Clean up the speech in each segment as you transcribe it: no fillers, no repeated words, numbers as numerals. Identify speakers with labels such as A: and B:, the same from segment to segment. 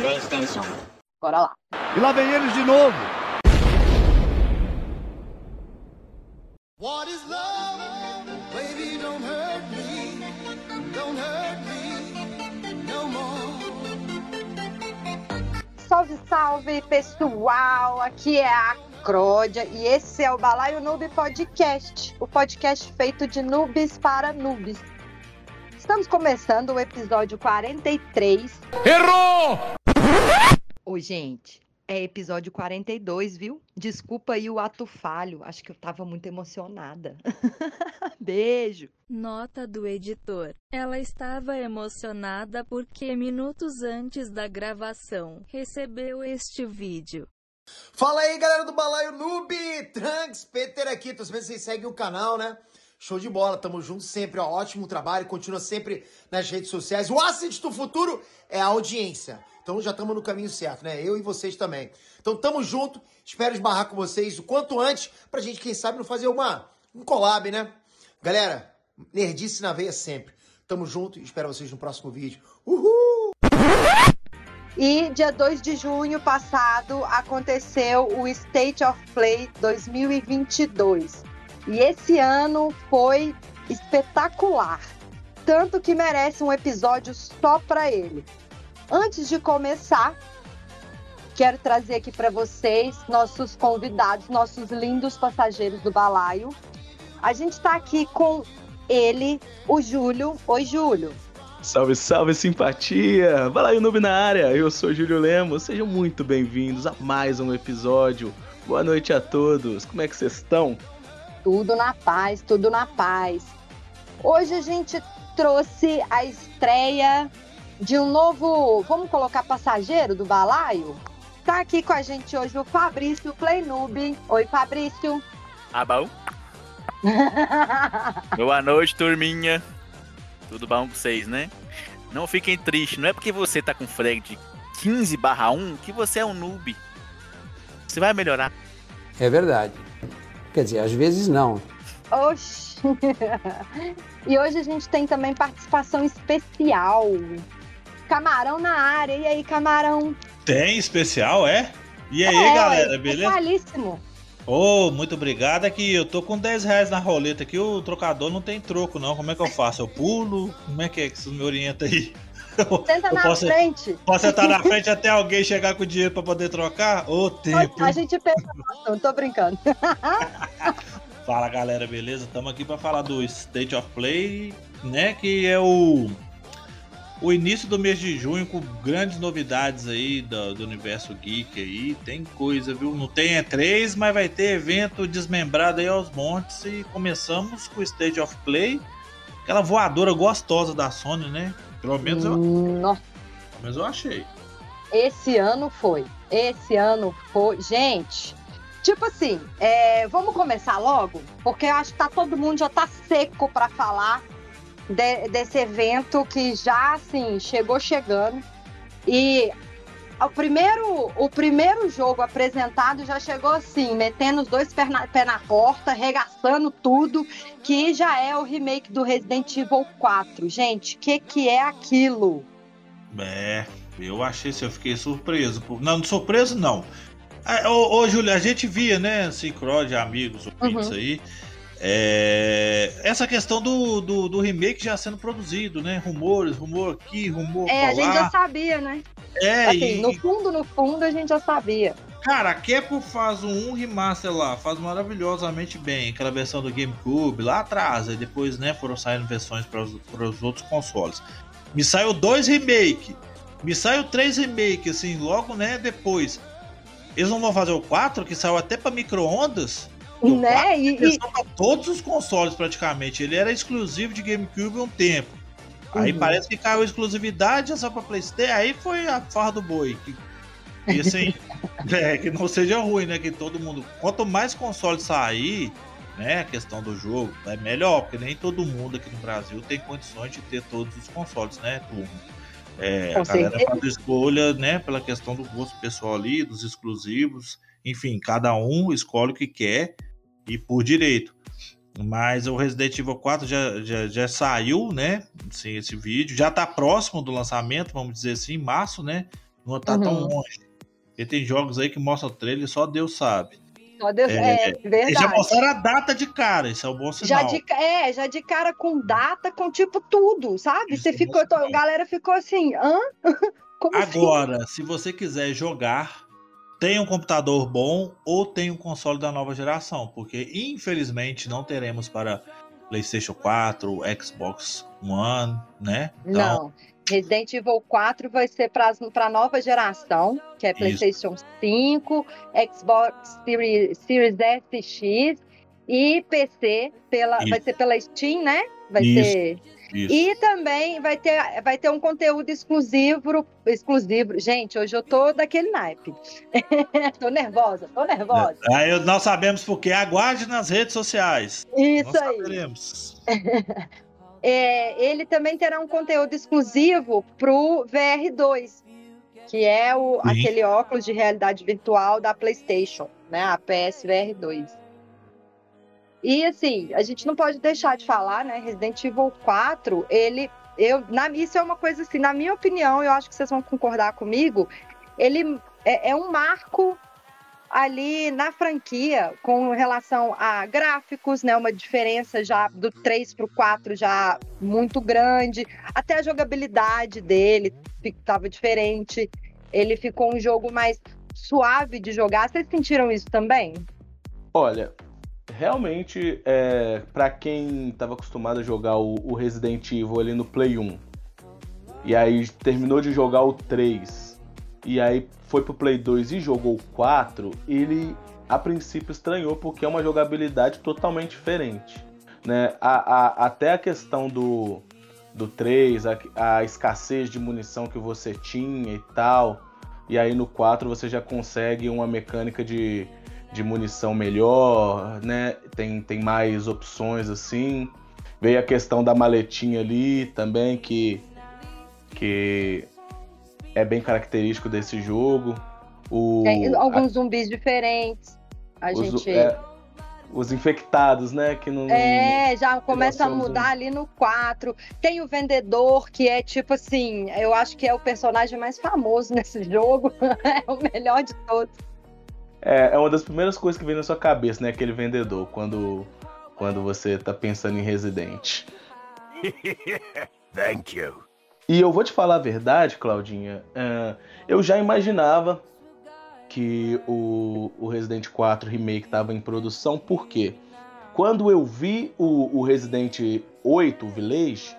A: PlayStation.
B: Bora lá.
C: E lá vem eles de novo.
D: What is love? Baby, don't hurt me. Don't hurt me no more.
B: Salve, salve, pessoal! Aqui é a Cródia e esse é o Balaio Noob Podcast, o podcast feito de noobs para noobs. Estamos começando o episódio 43.
C: Errou!
B: Oi, gente, é episódio 42, viu? Desculpa aí o ato falho, acho que eu tava muito emocionada. Beijo!
E: Nota do editor. Ela estava emocionada porque minutos antes da gravação recebeu este vídeo.
D: Fala aí, galera do Balaio Noob! Trunks, Peter aqui. Tô sabendo que vocês seguem o canal, né? Show de bola, tamo junto sempre, ó, ótimo trabalho, continua sempre nas redes sociais. O asset do futuro é a audiência. Então já estamos no caminho certo, né? Eu e vocês também. Então tamo junto, espero esbarrar com vocês o quanto antes, pra gente, quem sabe, não fazer um collab, né? Galera, nerdice na veia sempre. Tamo junto e espero vocês no próximo vídeo. Uhul!
B: E dia 2 de junho passado aconteceu o State of Play 2022. E esse ano foi espetacular, tanto que merece um episódio só para ele. Antes de começar, quero trazer aqui para vocês nossos convidados, nossos lindos passageiros do balaio. A gente está aqui com ele, o Júlio. Oi, Júlio.
F: Salve, salve, simpatia! Balaio Noob na área, eu sou Júlio Lemos, sejam muito bem-vindos a mais um episódio. Boa noite a todos, como é que vocês estão?
B: Tudo na paz, tudo na paz. Hoje a gente trouxe a estreia de um novo, vamos colocar passageiro do balaio? Tá aqui com a gente hoje o Fabrício Playnoob. Oi, Fabrício.
G: Ah, bom? Boa noite, turminha. Tudo bom com vocês, né? Não fiquem tristes, não é porque você tá com frag de 15/1 que você é um noob. Você vai melhorar.
H: É verdade. Quer dizer, às vezes não.
B: Oxi! E hoje a gente tem também participação especial. Camarão na área. E aí, Camarão?
I: Tem especial, é? E aí, galera, beleza?
B: Especialíssimo.
I: Ô, muito obrigado. Aqui, eu tô com 10 reais na roleta aqui, o trocador não tem troco, não. Como é que eu faço? Eu pulo? Como é que você me orienta aí?
B: Senta na frente.
I: Posso sentar na frente até alguém chegar com o dinheiro pra poder trocar? Ô, tempo.
B: A gente pensa, não tô brincando.
I: Fala, galera, beleza? Estamos aqui para falar do State of Play, né? Que é o início do mês de junho com grandes novidades aí do universo geek aí. Tem coisa, viu? Não tem E3, mas vai ter evento desmembrado aí aos montes. E começamos com o State of Play, aquela voadora gostosa da Sony, né? Pelo menos eu achei.
B: Esse ano foi. Gente, tipo assim, vamos começar logo? Porque eu acho que todo mundo já tá seco para falar desse evento que já, assim, chegando. E o primeiro jogo apresentado já chegou assim, metendo os dois pés na porta, arregaçando tudo, que já é o remake do Resident Evil 4. Gente, que é aquilo?
I: Eu achei assim, eu fiquei surpreso. Não, surpreso não. Ô, Júlia, a gente via, né, assim, de amigos, ouvintes aí, essa questão do remake já sendo produzido, né? Rumor aqui, rumor lá.
B: A gente já sabia, né? Assim, no fundo a gente já sabia.
I: Cara, a Capcom faz um remaster lá, faz maravilhosamente bem, aquela versão do GameCube lá atrás, e depois, né, foram saindo versões para os outros consoles. Me saiu 2 remake, me saiu 3 remake, assim, logo, né, depois. Eles não vão fazer o 4, que saiu até para micro-ondas?
B: Né?
I: Para todos os consoles praticamente. Ele era exclusivo de GameCube um tempo. Aí parece que caiu a exclusividade só para PlayStation. Aí foi a farra do boi. E assim, que não seja ruim, né? Que todo mundo. Quanto mais console sair, né? A questão do jogo é melhor, porque nem todo mundo aqui no Brasil tem condições de ter todos os consoles, né, turma? A galera faz escolha, né, pela questão do gosto pessoal ali, dos exclusivos. Enfim, cada um escolhe o que quer e por direito. Mas o Resident Evil 4 já saiu, né? Assim, esse vídeo já tá próximo do lançamento, vamos dizer assim, em março, né? não tá tão longe. Porque tem jogos aí que mostram o trailer e só Deus sabe.
B: Só Deus, verdade.
I: Eles já mostraram a data de cara, isso é um bom sinal.
B: Já de cara com data, com tipo tudo, sabe?
I: Isso
B: A galera ficou assim, hã? Como
I: Agora,
B: assim?
I: se você quiser jogar, tem um computador bom ou tem um console da nova geração, porque infelizmente não teremos para PlayStation 4, Xbox One, né? Então,
B: não, Resident Evil 4 vai ser para a nova geração, que é PlayStation 5, Xbox Series S e X e PC, vai ser pela Steam, né? Vai ser.
I: Isso.
B: E também vai ter um conteúdo exclusivo. Gente, hoje eu tô daquele naipe. tô nervosa.
I: Aí nós sabemos porque. Aguarde nas redes sociais.
B: Isso
I: nós
B: aí.
I: Saberemos.
B: Ele também terá um conteúdo exclusivo pro VR2, que é aquele óculos de realidade virtual da PlayStation, né? A PSVR 2. E assim, a gente não pode deixar de falar, né? Resident Evil 4, isso é uma coisa assim, na minha opinião, eu acho que vocês vão concordar comigo, ele é um marco ali na franquia com relação a gráficos, né? Uma diferença já do 3 pro 4 já muito grande, até a jogabilidade dele estava diferente, ele ficou um jogo mais suave de jogar. Vocês sentiram isso também?
F: Olha, realmente, para quem estava acostumado a jogar o Resident Evil ali no Play 1, e aí terminou de jogar o 3, e aí foi pro Play 2 e jogou o 4, ele a princípio estranhou porque é uma jogabilidade totalmente diferente, né? Até a questão do 3, a escassez de munição que você tinha e tal, e aí no 4 você já consegue uma mecânica de munição melhor, né? Tem mais opções assim. Veio a questão da maletinha ali também, que é bem característico desse jogo.
B: Alguns zumbis diferentes.
F: Os infectados, né? Que não,
B: já começa a mudar ali no 4. Tem o vendedor, que é tipo assim, eu acho que é o personagem mais famoso nesse jogo. É o melhor de todos.
F: É uma das primeiras coisas que vem na sua cabeça, né? Aquele vendedor, quando você tá pensando em Resident.
C: Thank you.
F: E eu vou te falar a verdade, Claudinha. Eu já imaginava que o Resident 4 Remake estava em produção, porque quando eu vi o Resident 8 Village,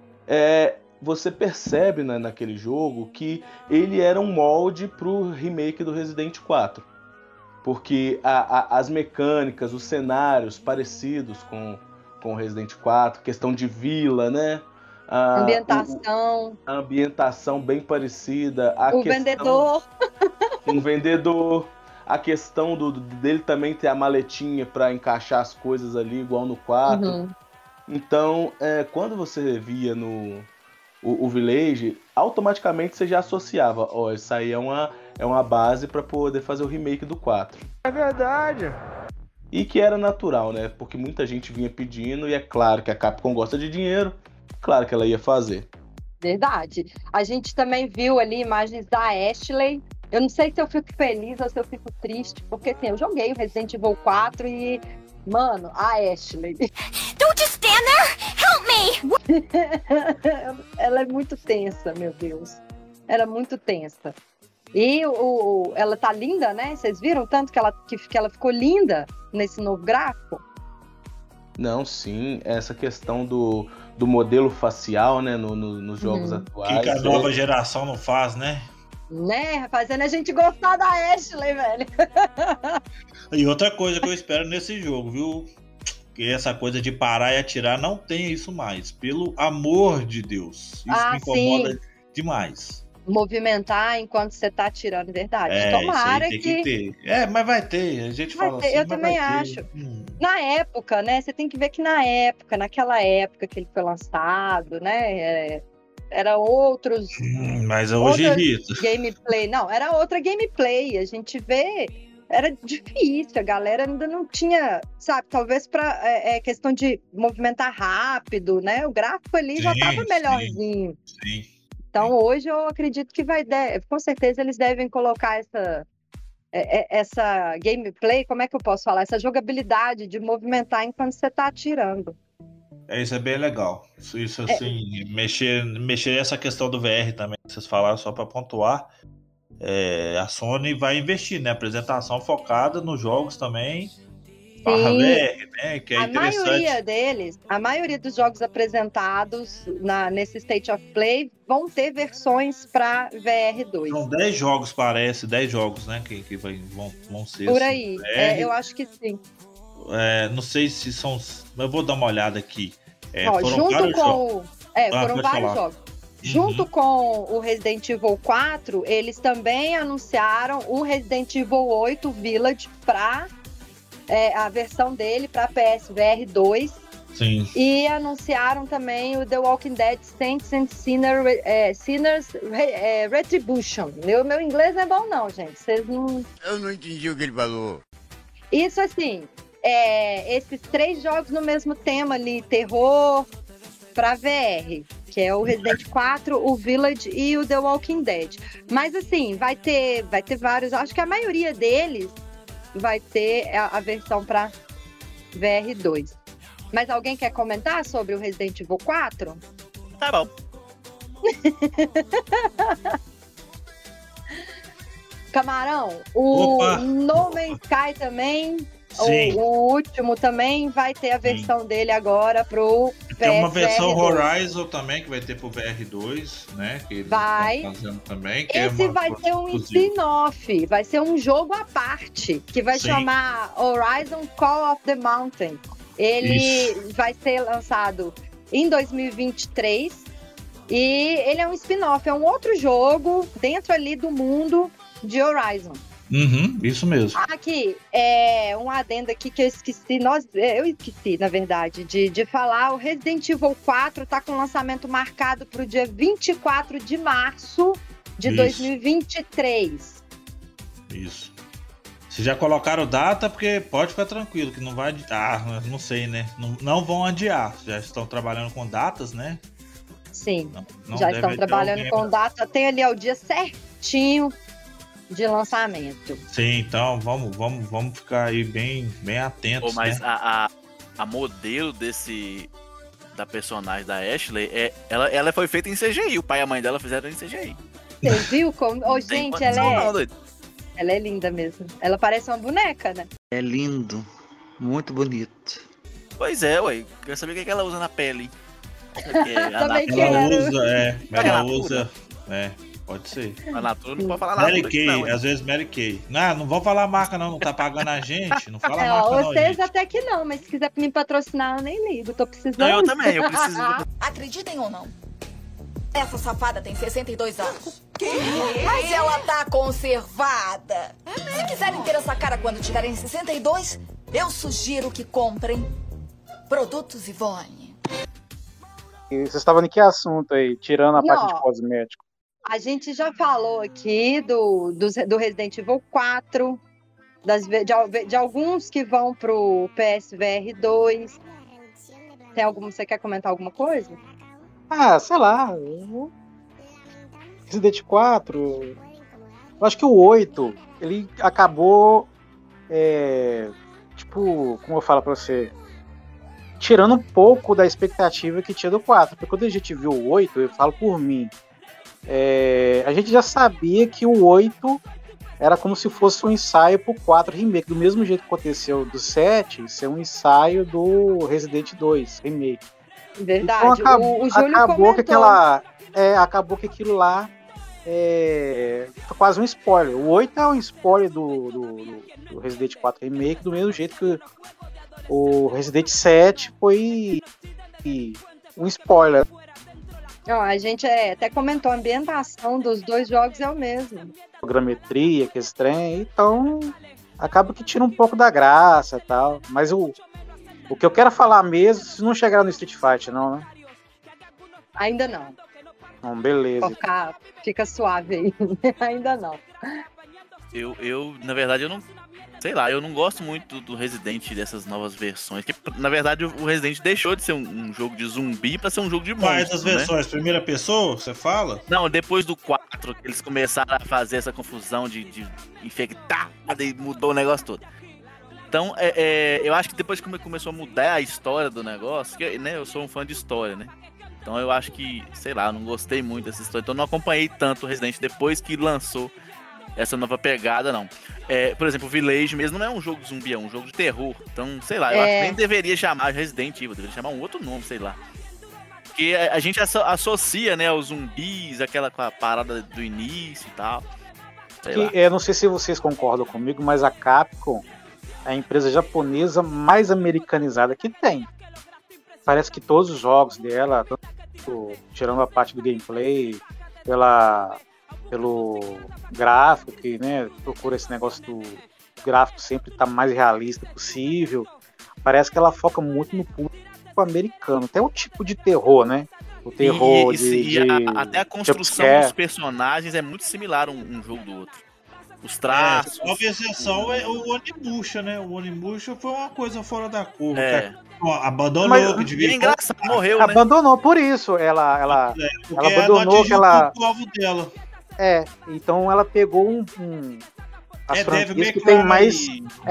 F: você percebe, né, naquele jogo que ele era um molde pro remake do Resident 4. Porque as mecânicas, os cenários parecidos com o Resident 4, questão de vila, né?
B: A
F: ambientação bem parecida.
B: Vendedor.
F: Um vendedor. A questão dele também ter a maletinha para encaixar as coisas ali, igual no 4.
B: Uhum.
F: Então, quando você via o Village, automaticamente você já associava. Isso aí é uma base para poder fazer o remake do 4.
C: É verdade.
F: E que era natural, né? Porque muita gente vinha pedindo, e é claro que a Capcom gosta de dinheiro, claro que ela ia fazer.
B: Verdade. A gente também viu ali imagens da Ashley. Eu não sei se eu fico feliz ou se eu fico triste, porque assim, eu joguei o Resident Evil 4 e, mano, a Ashley.
A: Don't just stand there! Help me!
B: Ela é muito tensa, meu Deus. Ela é muito tensa. E ela tá linda, né? Vocês viram tanto que ela ficou linda nesse novo gráfico?
F: Não, sim. Essa questão do modelo facial, né? Nos jogos atuais.
I: Que a nova geração não faz, né?
B: Né? Fazendo a gente gostar da Ashley, velho.
I: E outra coisa que eu espero nesse jogo, viu? Que essa coisa de parar e atirar não tenha isso mais. Pelo amor de Deus. Isso me incomoda demais.
B: Movimentar enquanto você tá atirando, verdade. Tomara
I: isso aí tem que ter. Mas vai ter. A gente fala assim,
B: eu também acho. Na época, né? Você tem que ver que naquela época que ele foi lançado, né? Era outros.
I: Mas hoje irrita.
B: Gameplay. Não, era outra gameplay. A gente vê. Era difícil, a galera ainda não tinha, sabe, talvez para questão de movimentar rápido, né? O gráfico ali já tava melhorzinho.
I: Sim.
B: Então, hoje eu acredito que com certeza eles devem colocar essa gameplay, como é que eu posso falar? Essa jogabilidade de movimentar enquanto você tá atirando.
I: Isso é bem legal. Isso assim, mexer essa questão do VR também, que vocês falaram só para pontuar. A Sony vai investir, né? Apresentação focada nos jogos também. Barra VR, né? Que é interessante.
B: A maioria dos jogos apresentados nesse State of Play vão ter versões para VR2.
I: São 10 jogos, parece, 10 jogos, né? Que vão ser.
B: Por
I: assim,
B: aí, eu acho que sim.
I: Não sei se são. Eu vou dar uma olhada aqui.
B: Foram vários jogos. Junto com o Resident Evil 4, eles também anunciaram o Resident Evil 8 Village para a versão dele para PSVR 2.
I: Sim.
B: E anunciaram também o The Walking Dead Saints and Sinners Retribution. Meu inglês não é bom não, gente. Vocês não...
C: Eu não entendi o que ele falou.
B: Isso assim, esses 3 jogos no mesmo tema ali, terror para VR, que é o Resident 4, o Village e o The Walking Dead. Mas assim, vai ter vários, acho que a maioria deles vai ter a versão para VR2. Mas alguém quer comentar sobre o Resident Evil 4?
G: Tá bom.
B: Camarão, o No Man's Sky também, o último também vai ter a versão dele agora pro PSVR2.
I: Tem uma versão Horizon também que vai ter pro VR2, né? Que eles estão fazendo também. Que
B: esse vai ter um spin-off, vai ser um jogo à parte, que vai chamar Horizon Call of the Mountain. Ele vai ser lançado em 2023 e ele é um spin-off, é um outro jogo dentro ali do mundo de Horizon.
I: Isso mesmo.
B: Aqui, um adendo aqui que eu esqueci, na verdade, de falar. O Resident Evil 4 tá com lançamento marcado para o dia 24 de março de 2023.
I: Isso. Se já colocaram data, porque pode ficar tranquilo, que não vai adiar, não sei, né? Não vão adiar, já estão trabalhando com datas, né?
B: Sim, já estão trabalhando com data, tem ali o dia certinho de lançamento.
I: Sim, então vamos ficar aí bem atentos.
G: Mas
I: né?
G: a modelo da personagem da Ashley, ela foi feita em CGI, o pai e a mãe dela fizeram em CGI.
B: Você viu como? Gente, ela é linda mesmo. Ela parece uma boneca, né?
J: É lindo. Muito bonito.
G: Pois é, ué. Quero saber o que ela usa na pele.
I: Ela usa. Pode ser.
G: A Natura não pode falar nada.
I: Mary Kay, às vezes Mary Kay. Não vão falar marca não tá pagando a gente. Não fala marca não,
B: vocês
I: gente.
B: Até que não, mas se quiser me patrocinar, eu nem ligo. Tô precisando.
G: Não, eu também, eu preciso.
K: Acreditem ou não, essa safada tem 62 anos. Mas ela tá conservada. Se quiserem ter essa cara quando tiverem 62, eu sugiro que comprem produtos Ivone.
L: E vocês estavam em que assunto aí? Tirando a parte de cosmético.
B: A gente já falou aqui do Resident Evil 4, de alguns que vão pro PSVR 2. Você quer comentar alguma coisa?
L: Sei lá. Resident 4. Eu acho que o 8, ele acabou. Como eu falo pra você? Tirando um pouco da expectativa que tinha do 4. Porque quando a gente viu o 8, eu falo por mim. A gente já sabia que o 8 era como se fosse um ensaio pro 4 Remake. Do mesmo jeito que aconteceu do 7, ser um ensaio do Resident 2 Remake.
B: Verdade,
L: então,
B: o Júlio
L: acabou
B: comentou.
L: Acabou que aquilo lá foi quase um spoiler. O 8 é um spoiler do Resident 4 Remake, do mesmo jeito que o Resident 7 foi um spoiler.
B: Não, a gente até comentou, a ambientação dos dois jogos é o mesmo.
L: Programetria, que trem, então acaba que tira um pouco da graça e tal. Mas o que eu quero falar mesmo, vocês não chegaram no Street Fighter, não, né?
B: Ainda não.
L: Não, beleza.
B: Fica suave aí. Ainda não.
G: Na verdade, eu não. Sei lá, eu não gosto muito do Resident dessas novas versões. Que, na verdade, o Resident deixou de ser um jogo de zumbi pra ser um jogo de monstros.
I: Quais das versões? Primeira pessoa, você fala?
G: Não, depois do 4, que eles começaram a fazer essa confusão de infectar, e mudou o negócio todo. Então, eu acho que depois que começou a mudar a história do negócio, que, né, eu sou um fã de história, né? Então eu acho que, sei lá, eu não gostei muito dessa história. Então eu não acompanhei tanto o Resident depois que lançou essa nova pegada, não. Por exemplo, o Village mesmo não é um jogo de zumbi, é um jogo de terror. Então, sei lá, eu acho que nem deveria chamar Resident Evil, deveria chamar um outro nome, sei lá. Porque a gente associa, né, os zumbis, com a parada do início e tal.
L: Eu não sei se vocês concordam comigo, mas a Capcom é a empresa japonesa mais americanizada que tem. Parece que todos os jogos dela, tirando a parte do gameplay, pelo gráfico, que, né, procura esse negócio do gráfico sempre estar mais realista possível, parece que ela foca muito no público americano. Tem um tipo de terror, né? O terror
G: até a construção dos personagens é muito similar um jogo do outro. Os traços.
I: A exceção é o Onimusha, né? O Onimusha foi uma coisa fora da curva. Abandonou.
L: Mas,
I: que devia
G: engraçado, morreu, né?
L: Abandonou por isso. Ela abandonou aquela.
I: O alvo dela.
L: Então ela pegou as franquias que tem mais.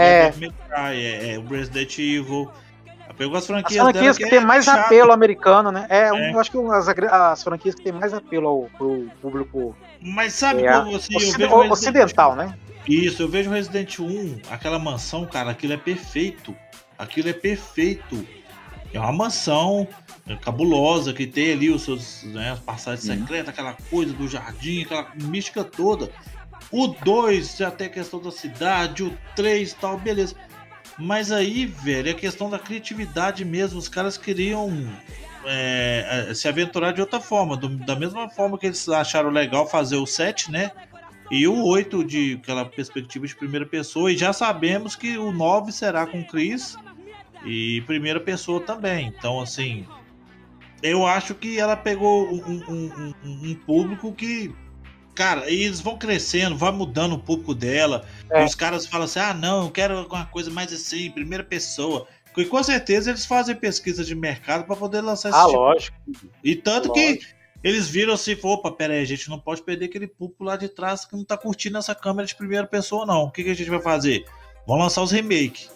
I: O Resident Evil. Ela pegou as franquias
L: dela que tem mais apelo americano, né? Eu acho que as franquias que tem mais apelo pro público.
I: Mas sabe como assim,
L: ocidental, né?
I: Isso, eu vejo Resident 1, aquela mansão, cara, aquilo é perfeito. É uma mansão cabulosa que tem ali os seus, né, as passagens secretas, aquela coisa do jardim, aquela mística toda. O 2 já tem a questão da cidade, o 3 e tal, beleza. Mas aí, velho, é a questão da criatividade mesmo. Os caras queriam se aventurar de outra forma. Da mesma forma que eles acharam legal fazer o 7, né? E o 8 de aquela perspectiva de primeira pessoa. E já sabemos que o 9 será com Chris e primeira pessoa também. Então, assim, eu acho que ela pegou um público que, cara, eles vão crescendo, vai mudando o público dela. E os caras falam assim, não, eu quero alguma coisa mais assim, primeira pessoa. E com certeza eles fazem pesquisa de mercado para poder lançar esse tipo.
L: Lógico.
I: E tanto que eles viram assim, opa, pera aí, a gente não pode perder aquele público lá de trás que não tá curtindo essa câmera de primeira pessoa, não. O que a gente vai fazer? Vamos lançar os remakes.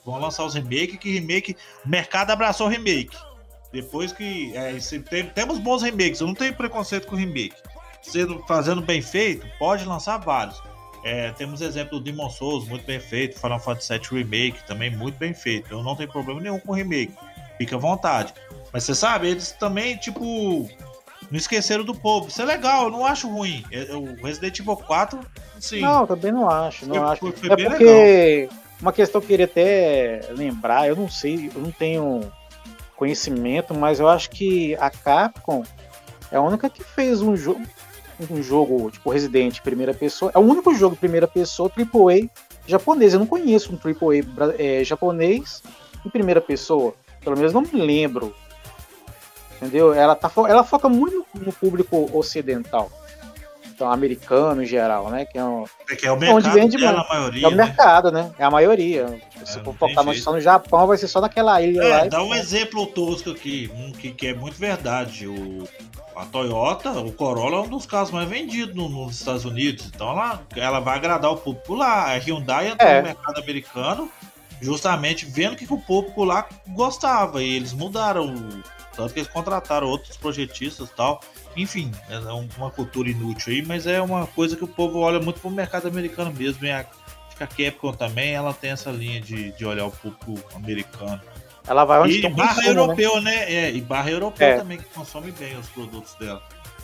I: O mercado abraçou o remake. Depois que... temos bons remakes, eu não tenho preconceito com remake. Fazendo bem feito, pode lançar vários. Temos exemplo do Demon's Souls, muito bem feito. Final Fantasy VII Remake, também muito bem feito. Eu não tenho problema nenhum com remake. Fica à vontade. Mas você sabe, eles também, tipo... não esqueceram do povo. Isso é legal, eu não acho ruim. O Resident Evil 4, sim.
L: Não, também não acho.
I: Foi
L: é
I: bem
L: porque
I: legal.
L: Uma questão que eu queria até lembrar, eu não sei, eu não tenho conhecimento, mas eu acho que a Capcom é a única que fez um jogo tipo Resident primeira pessoa. É o único jogo de primeira pessoa AAA japonês. Eu não conheço um AAA japonês em primeira pessoa. Pelo menos não me lembro. Entendeu? Ela foca muito no público ocidental. Então, americano em geral, né? Que é o
I: mercado
L: onde vende
I: dela, a maioria.
L: É o mercado, né? É a maioria. Se for focar só no Japão, vai ser só naquela ilha lá.
I: Dá um exemplo tosco aqui, que é muito verdade. A Toyota, o Corolla é um dos carros mais vendidos nos Estados Unidos. Então, ela vai agradar o público lá. A Hyundai entrou no mercado americano justamente vendo que o público lá gostava. E eles mudaram... Tanto que eles contrataram outros projetistas e tal. Enfim, é uma cultura inútil aí, mas é uma coisa que o povo olha muito pro mercado americano mesmo. E acho que a Capcom também, ela tem essa linha de olhar o público americano.
L: Ela vai onde
I: e barra consumo, europeu, né? E barra europeu também, que consome bem os produtos dela.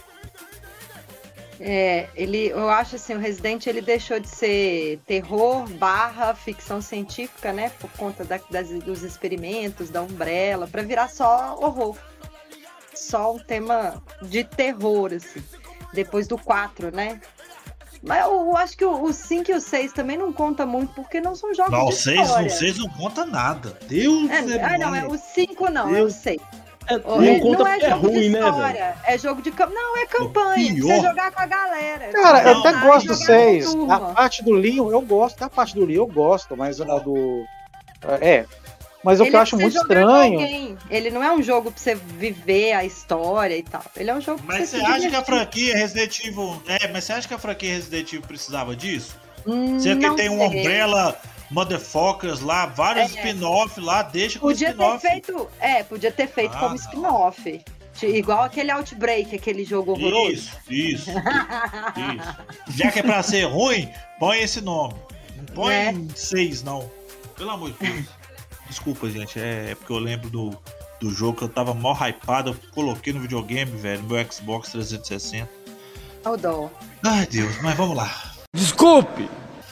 B: Eu acho assim, o Resident ele deixou de ser terror / ficção científica, né? Por conta dos experimentos da Umbrella, para virar só horror. Só um tema de terror, assim. Depois do 4, né? Mas eu acho que o 5 e o 6 também não conta muito, porque não são jogos de história.
I: O 6 não conta nada. Deus
B: não, é o 5 não, é o 6. Não é jogo de história, é jogo de não, é campanha, pra você jogar com a galera.
L: Cara, eu até gosto do 6. A parte do Leon, eu gosto. Da parte do Leon, eu gosto, mas a do... Mas o que eu acho muito estranho...
B: Ele não é um jogo pra você viver a história e tal. Ele é um jogo pra você
I: acha que a franquia Resident Evil... mas você acha que a franquia Resident Evil precisava disso? Você que tem um Umbrella... Motherfuckers lá, vários spin-off lá, deixa com spin-off.
B: Podia ter feito como spin-off. Igual aquele Outbreak, aquele jogo horroroso.
I: Isso. Já que é pra ser ruim, põe esse nome. Não põe 6, não. Pelo amor de Deus. Desculpa, gente. É porque eu lembro do jogo que eu tava mó hypado. Eu coloquei no videogame, velho, no meu Xbox 360.
B: Oh, dó.
I: Ai, Deus, mas vamos lá.
F: Desculpe!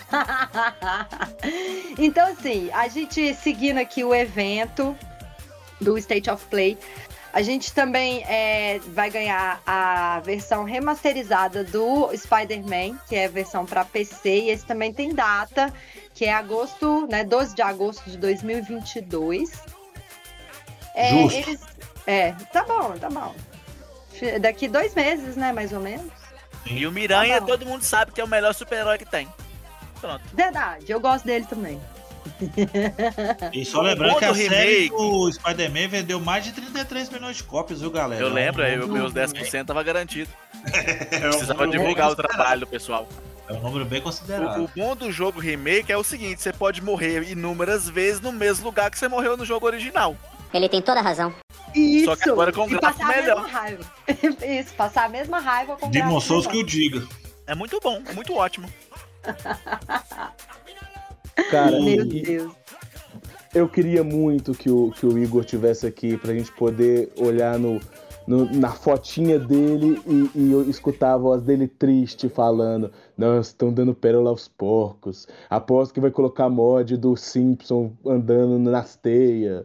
B: Então, assim, a gente seguindo aqui o evento do State of Play, a gente também vai ganhar a versão remasterizada do Spider-Man, que é a versão para PC, e esse também tem data, que é agosto, né, 12 de agosto de 2022.
I: Justo.
B: Tá bom. Daqui 2 meses, né, mais ou menos.
G: E o Miranha, todo mundo sabe que é o melhor super-herói que tem. Pronto.
B: Verdade, eu gosto dele também.
I: E só lembrando que a série do Spider-Man vendeu mais de 33 milhões de cópias, viu, galera?
G: Eu lembro, meus 10% tava garantido. Precisava divulgar o trabalho do pessoal.
I: É um número bem considerável.
G: O bom do jogo remake é o seguinte, você pode morrer inúmeras vezes no mesmo lugar que você morreu no jogo original.
A: Ele tem toda a razão.
B: Isso.
G: Só que agora com gráfico melhor.
B: Isso, passar a mesma raiva com
I: Demon Souls que o diga.
G: É muito bom, muito ótimo.
F: Cara,
B: meu Deus.
F: Eu queria muito que o Igor tivesse aqui pra gente poder olhar na fotinha dele e eu escutar a voz dele triste falando: nossa, estão dando pérola aos porcos. Aposto que vai colocar mod do Simpson andando nas teias.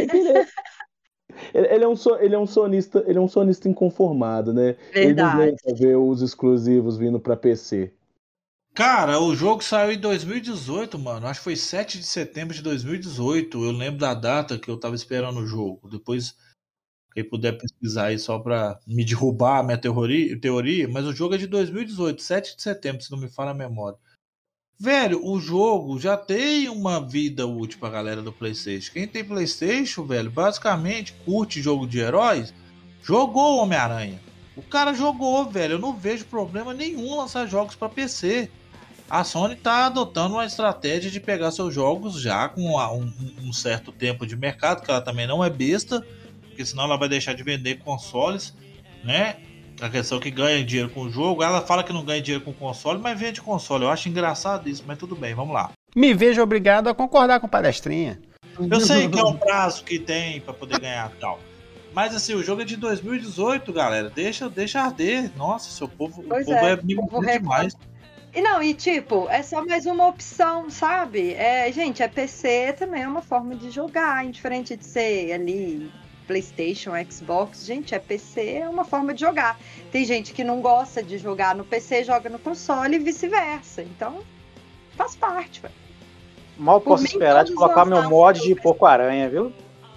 F: Ele é um sonista inconformado, né?
B: Verdade.
F: Ele não ver os exclusivos vindo pra PC.
I: Cara, o jogo saiu em 2018, mano. Acho que foi 7 de setembro de 2018. Eu lembro da data que eu tava esperando o jogo. Depois, quem puder pesquisar aí só pra me derrubar a minha teoria, mas o jogo é de 2018, 7 de setembro, se não me falha a memória. Velho, o jogo já tem uma vida útil pra galera do PlayStation. Quem tem PlayStation, velho, basicamente curte jogo de heróis, jogou o Homem-Aranha. O cara jogou, velho. Eu não vejo problema nenhum lançar jogos pra PC. A Sony tá adotando uma estratégia de pegar seus jogos já com um certo tempo de mercado, que ela também não é besta, porque senão ela vai deixar de vender consoles, né? A questão é que ganha dinheiro com o jogo. Ela fala que não ganha dinheiro com console, mas vende console. Eu acho engraçado isso, mas tudo bem, vamos lá.
H: Me vejo obrigado a concordar com palestrinha.
I: Eu sei que é um prazo que tem pra poder ganhar e tal. Mas assim, o jogo é de 2018, galera. Deixa arder. Nossa, seu povo, é mimimi demais.
B: E tipo, é só mais uma opção, sabe? Gente, PC também é uma forma de jogar, indiferente de ser ali PlayStation, Xbox. Gente, PC é uma forma de jogar. Tem gente que não gosta de jogar no PC, joga no console e vice-versa. Então, faz parte, velho.
L: Mal posso esperar de colocar meu mod de Porco-Aranha, viu?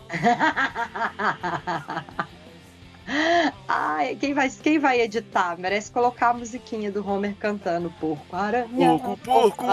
B: Ai, quem vai editar? Merece colocar a musiquinha do Homer cantando Porco-Aranha.
G: Porco.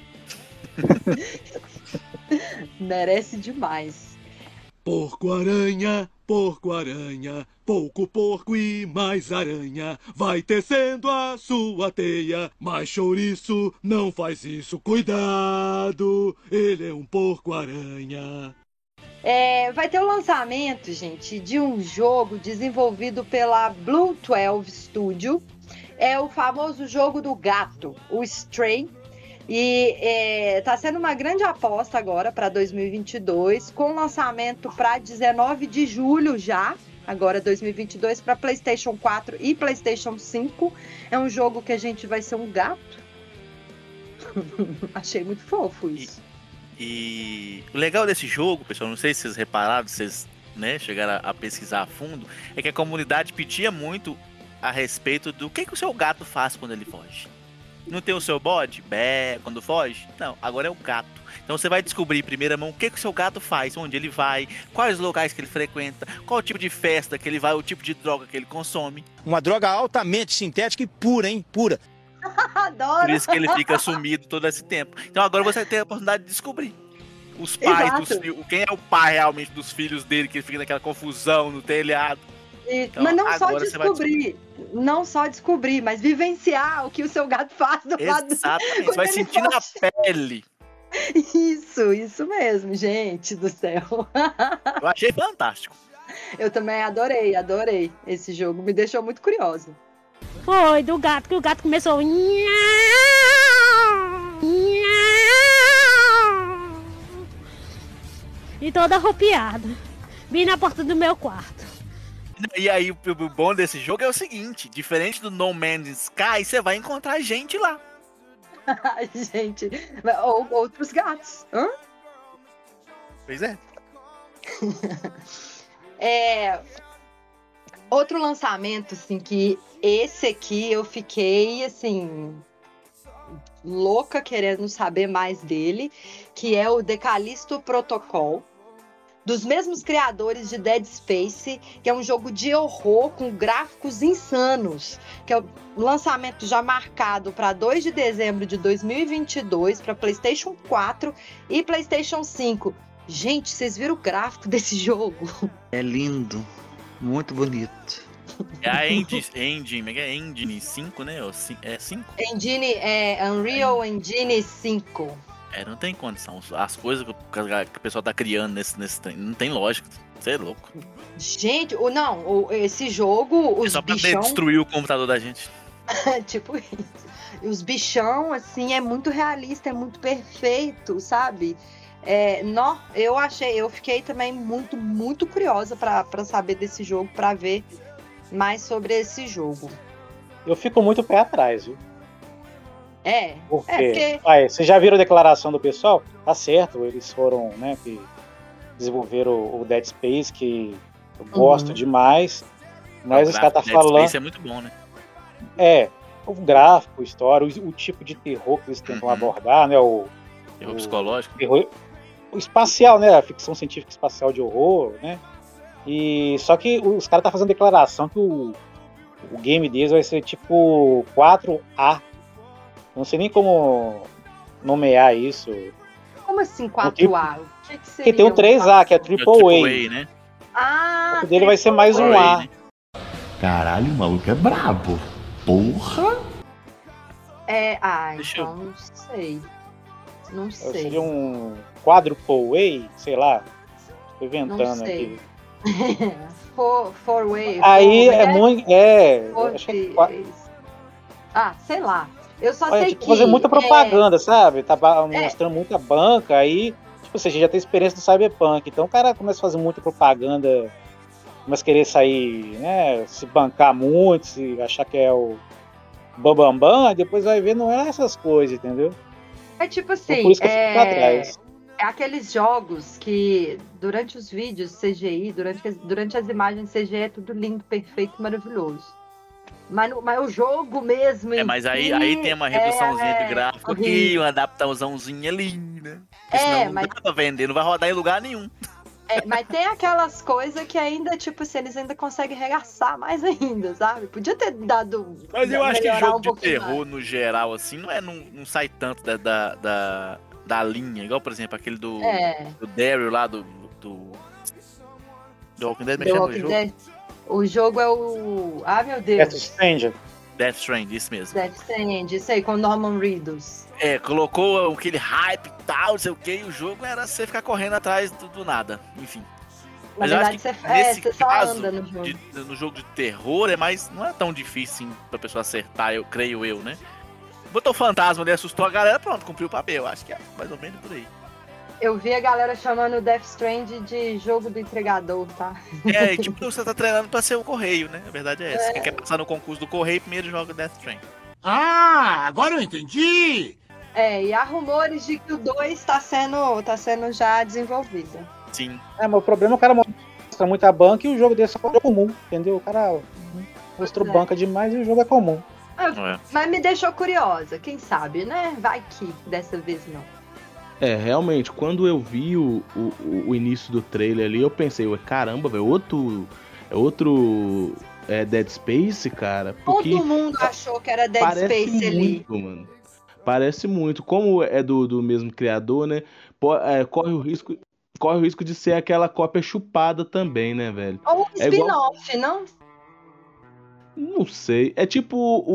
B: Merece demais.
M: Porco-aranha, porco-aranha, pouco porco e mais aranha, vai tecendo a sua teia, mas chouriço não faz isso, cuidado, ele é um porco-aranha.
B: Vai ter o lançamento, gente, de um jogo desenvolvido pela Blue 12 Studio. É o famoso jogo do gato, o Stray. E tá sendo uma grande aposta agora para 2022, com lançamento para 19 de julho já, agora 2022, para PlayStation 4 e PlayStation 5. É um jogo que a gente vai ser um gato. Achei muito fofo isso.
G: E o legal desse jogo, pessoal, não sei se vocês repararam, se vocês chegaram a pesquisar a fundo, é que a comunidade pedia muito a respeito do que o seu gato faz quando ele foge. Não tem o seu bode? Bé, quando foge? Não, agora é o gato. Então você vai descobrir em primeira mão o que o seu gato faz, onde ele vai, quais os locais que ele frequenta, qual o tipo de festa que ele vai, o tipo de droga que ele consome.
N: Uma droga altamente sintética e pura, hein? Pura.
B: Adoro.
G: Por isso que ele fica sumido todo esse tempo. Então agora você tem a oportunidade de descobrir. Os pais dos filhos, quem é o pai realmente dos filhos dele, que ele fica naquela confusão no telhado.
B: Então, mas não só não só descobrir, mas vivenciar o que o seu gato faz do lado.
G: Exatamente, você vai sentir na pele.
B: Isso mesmo, gente do céu.
G: Eu achei fantástico.
B: Eu também adorei esse jogo, me deixou muito curiosa.
O: Foi do gato, que o gato começou e toda arropiada. Vim na porta do meu quarto.
G: E aí, o bom desse jogo é o seguinte: diferente do No Man's Sky, você vai encontrar gente lá.
B: Gente, ou outros gatos. Hã?
G: Pois é.
B: Outro lançamento, assim, que esse aqui eu fiquei, assim, louca querendo saber mais dele, que é o The Callisto Protocol, dos mesmos criadores de Dead Space, que é um jogo de horror com gráficos insanos, que é o lançamento já marcado para 2 de dezembro de 2022 para PlayStation 4 e PlayStation 5. Gente, vocês viram o gráfico desse jogo?
J: É lindo, muito bonito.
G: É a Engine 5, né? É 5?
B: Engine, Unreal Engine 5.
G: Não tem condição. As coisas que o pessoal tá criando nesse não tem lógica. Você é louco.
B: Gente, esse jogo, os
G: só pra
B: bichão...
G: destruir o computador da gente.
B: Tipo isso. Os bichão, assim, é muito realista, é muito perfeito, sabe? Eu fiquei também muito, muito curiosa pra saber desse jogo, pra ver mais sobre esse jogo.
L: Eu fico muito pé atrás, viu?
B: Porque...
L: vocês já viram a declaração do pessoal? Tá certo, eles foram, né, que desenvolveram o Dead Space, que eu gosto demais, mas os caras tá falando...
G: Dead Space é muito bom, né?
L: O gráfico, a história, o tipo de terror que eles tentam abordar, né,
G: terror psicológico.
L: Terror, o espacial, né, a ficção científica espacial de horror, né, e só que os caras tá fazendo declaração que o game deles vai ser tipo 4A. Não sei nem como nomear isso.
B: Como assim 4A?
L: Porque tem o 3A, que é AAA.
G: Né?
B: Ah,
L: o dele vai ser mais um A.
G: Né?
C: Caralho, o maluco é brabo. Porra!
B: Então não sei. Não sei.
L: Seria um quadruple A, sei lá. Tô inventando aqui.
B: Four-way.
L: Aí é muito.
B: Sei lá. Eu só sei que...
L: fazer muita propaganda, sabe? Tá mostrando muita banca, aí, tipo, você já tem experiência do Cyberpunk, então o cara começa a fazer muita propaganda, começa a querer sair, né, se bancar muito, se achar que é o bambambam, e depois vai ver, não é essas coisas, entendeu?
B: É tipo assim,
L: então, por isso que eu fico pra trás.
B: É aqueles jogos que, durante os vídeos CGI, durante as imagens CGI, é tudo lindo, perfeito, maravilhoso. Mas o jogo mesmo.
G: Mas aí tem uma reduçãozinha de gráfico aqui, uma adaptaçãozinha ali, né? Porque senão não dá pra vender, não vai rodar em lugar nenhum.
B: Mas tem aquelas coisas que ainda, tipo, se eles ainda conseguem regaçar mais ainda, sabe? Podia ter dado.
G: Mas eu acho que jogo de terror, no geral, assim, não sai tanto da linha. Igual, por exemplo, aquele do Daryl lá, do Walking Dead,
B: jogo. O jogo é o... meu Deus.
G: Death Stranding, isso mesmo.
B: Death Stranding, isso aí, com Norman Reedus.
G: Colocou aquele hype e tal, não sei o que, e o jogo era você ficar correndo atrás do nada, enfim. Mas eu acho que nesse caso, no jogo de terror, não é tão difícil assim, pra pessoa acertar, creio eu, né? Botou fantasma ali, assustou a galera, pronto, cumpriu o papel, acho que é mais ou menos por aí.
B: Eu vi a galera chamando o Death Stranding de jogo do entregador, tá?
G: Tipo, você tá treinando pra ser o correio, né? A verdade é essa. Quem quer passar no concurso do correio, primeiro joga o Death Stranding.
C: Agora eu entendi!
B: E há rumores de que o 2 tá sendo já desenvolvido.
G: Sim.
L: Mas o problema é que o cara mostra muita banca e o jogo dele só é comum, entendeu? O cara mostrou banca demais e o jogo é comum.
B: Mas me deixou curiosa, quem sabe, né? Vai que dessa vez não.
F: Realmente, quando eu vi o início do trailer ali, eu pensei, caramba, velho, outro Dead Space, cara. Porque
B: todo mundo achou que era Dead Space
F: muito,
B: ali.
F: Mano. Parece muito. Como é do mesmo criador, né? Corre o risco de ser aquela cópia chupada também, né, velho?
B: Ou um spin-off, não?
F: Não sei. É tipo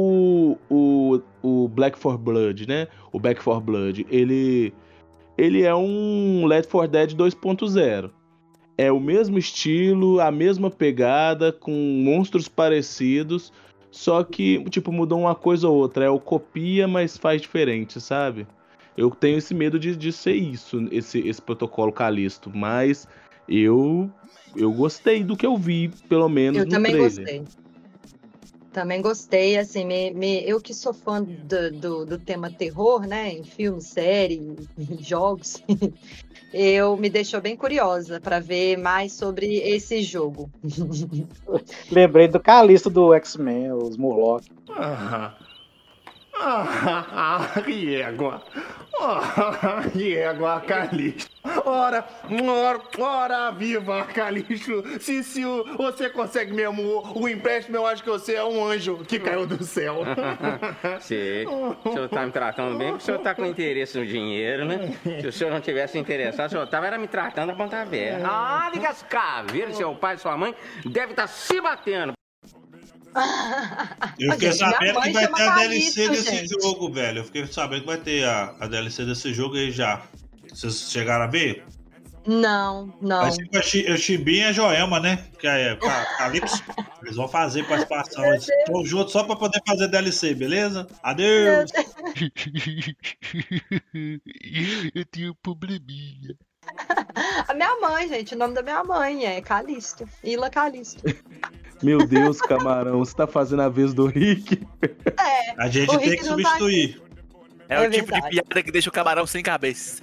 F: o Black 4 Blood, né? O Back 4 Blood. Ele é um Left 4 Dead 2.0. É o mesmo estilo, a mesma pegada, com monstros parecidos, só que, tipo, mudou uma coisa ou outra. É o copia, mas faz diferente, sabe? Eu tenho esse medo de ser isso, esse protocolo Callisto, mas eu gostei do que eu vi, pelo menos no trailer.
B: Também gostei, assim, eu que sou fã do tema terror, né, em filmes, séries, jogos, me deixou bem curiosa para ver mais sobre esse jogo.
L: Lembrei do Callisto do X-Men, os Murloc.
P: Égua, Calixto. Ora, viva, Calixto. Se você consegue mesmo o empréstimo, eu acho que você é um anjo que caiu do céu.
Q: Sim, o senhor tá me tratando bem, porque o senhor tá com interesse no dinheiro, né? Se o senhor não tivesse interessado, o senhor tava me tratando a ponta aberta. Ah, liga as caveiras, seu pai e sua mãe devem estar se batendo.
I: Eu fiquei sabendo que vai ter a DLC desse jogo, velho. Eu fiquei sabendo que vai ter a DLC desse jogo aí já. Vocês chegaram a ver?
B: Não.
I: Vai ser com a Chibinha e a Joelma, né? Que é Calypso. Eles vão fazer participação. Eles estão juntos só pra poder fazer DLC, beleza? Adeus!
M: Eu tenho um probleminha.
B: A minha mãe, gente, o nome da minha mãe é Callisto. Ila Callisto.
F: Meu Deus, Camarão, você tá fazendo a vez do Rick?
I: A gente tem que substituir.
G: É o tipo de piada que deixa o Camarão sem cabeça.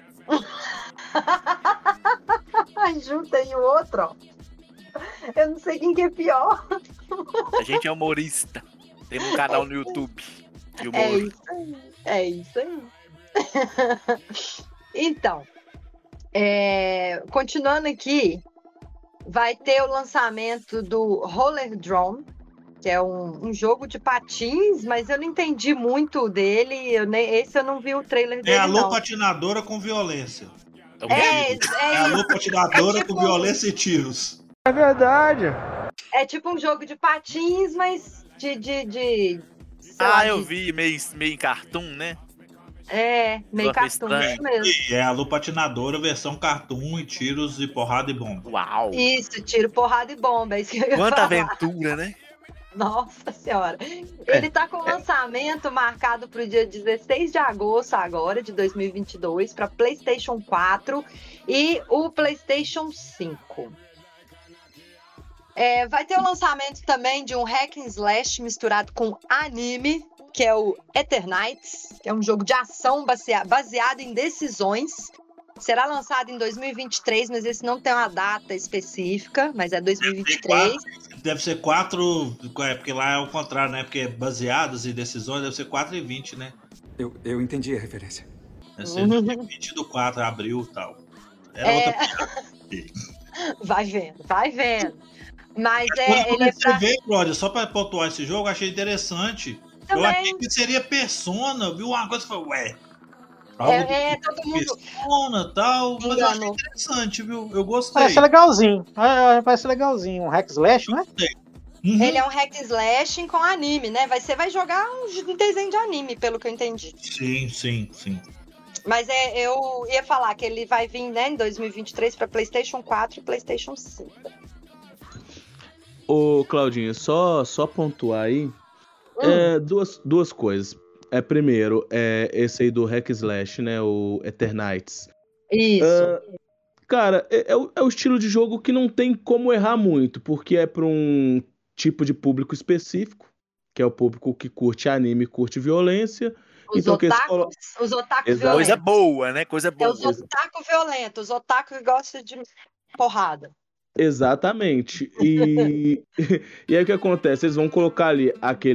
B: Junta aí o outro, ó. Eu não sei quem que é pior.
G: A gente é humorista. Tem um canal no YouTube.
B: É isso aí. Então, continuando aqui, vai ter o lançamento do Roller Drone, que é um jogo de patins, mas eu não entendi muito dele. Esse eu não vi o trailer dele.
I: É a Lu patinadora com violência.
B: É
I: a Lu patinadora com violência e tiros.
P: É verdade.
B: É tipo um jogo de patins, mas de
G: eu vi meio em cartoon, né?
B: Meio cartoon mesmo.
I: É a Lu patinadora, versão cartoon e tiros e porrada e bomba.
G: Uau!
B: Isso, tiro, porrada e bomba. É isso que eu ia
G: Quanta
B: falar.
G: aventura, né?
B: Nossa senhora. Ele tá com lançamento marcado para o dia 16 de agosto agora, de 2022, para PlayStation 4 e o PlayStation 5. Vai ter o lançamento também de um hack and slash misturado com anime, que é o Eternights, que é um jogo de ação baseado em decisões. Será lançado em 2023, mas esse não tem uma data específica, mas é 2023.
I: Deve ser 4, porque lá é o contrário, né? Porque baseados em decisões deve ser 4 e 20, né?
R: Eu entendi a referência.
I: Deve ser 20 do 4, abril e tal. Outra
B: Vai vendo. Mas
I: ele é pra... ver, brother, só pra pontuar esse jogo, eu achei interessante. Também. Eu achei que seria Persona, viu? Uma coisa que foi,
B: todo mundo.
I: Persona, tal, mas eu achei interessante, viu? Eu gostei.
L: Parece legalzinho. Parece legalzinho. Um hack slash, né?
B: Ele é um hack slash com anime, né? Você vai jogar um desenho de anime, pelo que eu entendi.
I: Sim.
B: Mas eu ia falar que ele vai vir, né, em 2023 para PlayStation 4 e PlayStation 5.
F: Ô, Claudinha, só pontuar aí duas coisas. Primeiro, esse aí do hack slash, né, o Eternights.
B: Isso.
F: Cara, é o estilo de jogo que não tem como errar muito, porque é para um tipo de público específico, que é o público que curte anime e curte violência.
B: Os otakus violentos.
G: Coisa boa, né? Coisa boa.
B: É os otakus violentos, os otakus que gostam de porrada.
F: Exatamente. E aí o que acontece? Eles vão colocar ali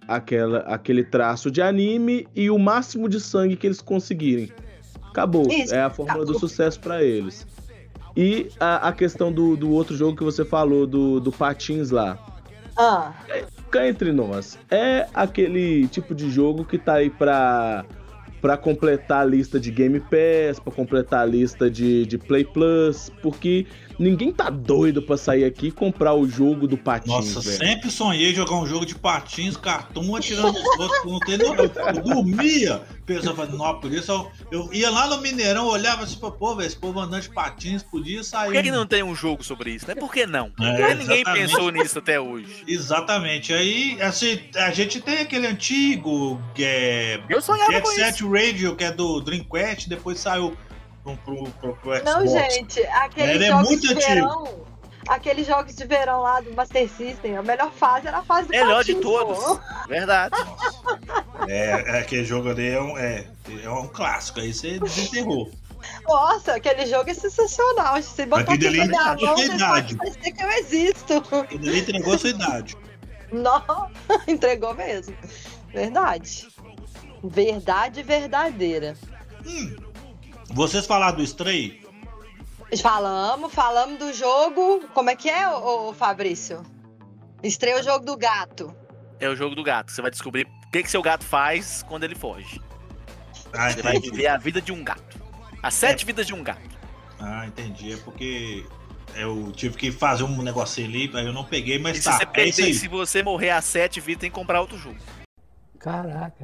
F: aquele traço de anime e o máximo de sangue que eles conseguirem. Acabou.
B: Isso,
F: é a fórmula
B: acabou.
F: do sucesso pra eles. E a questão do outro jogo que você falou, do Patins lá. Cá entre nós, é aquele tipo de jogo que tá aí pra completar a lista de Game Pass, pra completar a lista de Play Plus, porque ninguém tá doido pra sair aqui e comprar o jogo do Patins.
I: Nossa,
F: velho.
I: sempre sonhei jogar um jogo de patins, cartoon, atirando os outros, não tem nem... Eu dormia, pensava, não, por isso eu ia lá no Mineirão, olhava assim, pô, velho, esse povo andando de patins podia sair.
G: Por que não tem um jogo sobre isso, né? Por que não? Por
I: É,
G: que ninguém
I: exatamente.
G: pensou nisso até hoje?
I: Exatamente, aí assim, a gente tem aquele antigo
G: Eu sonhava
I: Jet
G: com
I: Set Radio, que é do Dreamcast, depois saiu pro Xbox.
B: Não, gente, aqueles
I: Ele é
B: jogos
I: muito
B: de
I: antigo.
B: verão. Aqueles jogos de verão lá do Master System, a melhor fase era a fase do
G: Melhor de
B: patins,
G: todos.
B: pô.
G: Verdade.
I: Aquele jogo ali é um clássico, aí você desenterrou.
B: Nossa, aquele jogo é sensacional. Se botar
I: Aquele
B: aqui
I: ali
B: pra minha
I: entregou
B: mão,
I: sua
B: vocês
I: idade.
B: podem parecer que eu existo.
I: Ele entregou a sua idade.
B: Não, entregou mesmo. Verdade. Verdade verdadeira.
I: Vocês falaram do Stray?
B: Falamos do jogo. Como é que é, ô Fabrício? Estreia o jogo do gato.
G: É o jogo do gato. Você vai descobrir o que seu gato faz quando ele foge.
I: Ah,
G: Você vai
I: entendi.
G: viver a vida de um gato. As 7 vidas de um gato.
I: Ah, entendi. É porque eu tive que fazer um negocinho ali, aí eu não peguei, mas
G: E
I: tá.
G: se você
I: É isso
G: perder,
I: aí.
G: se você morrer a 7 vidas, tem que comprar outro jogo.
H: Caracas.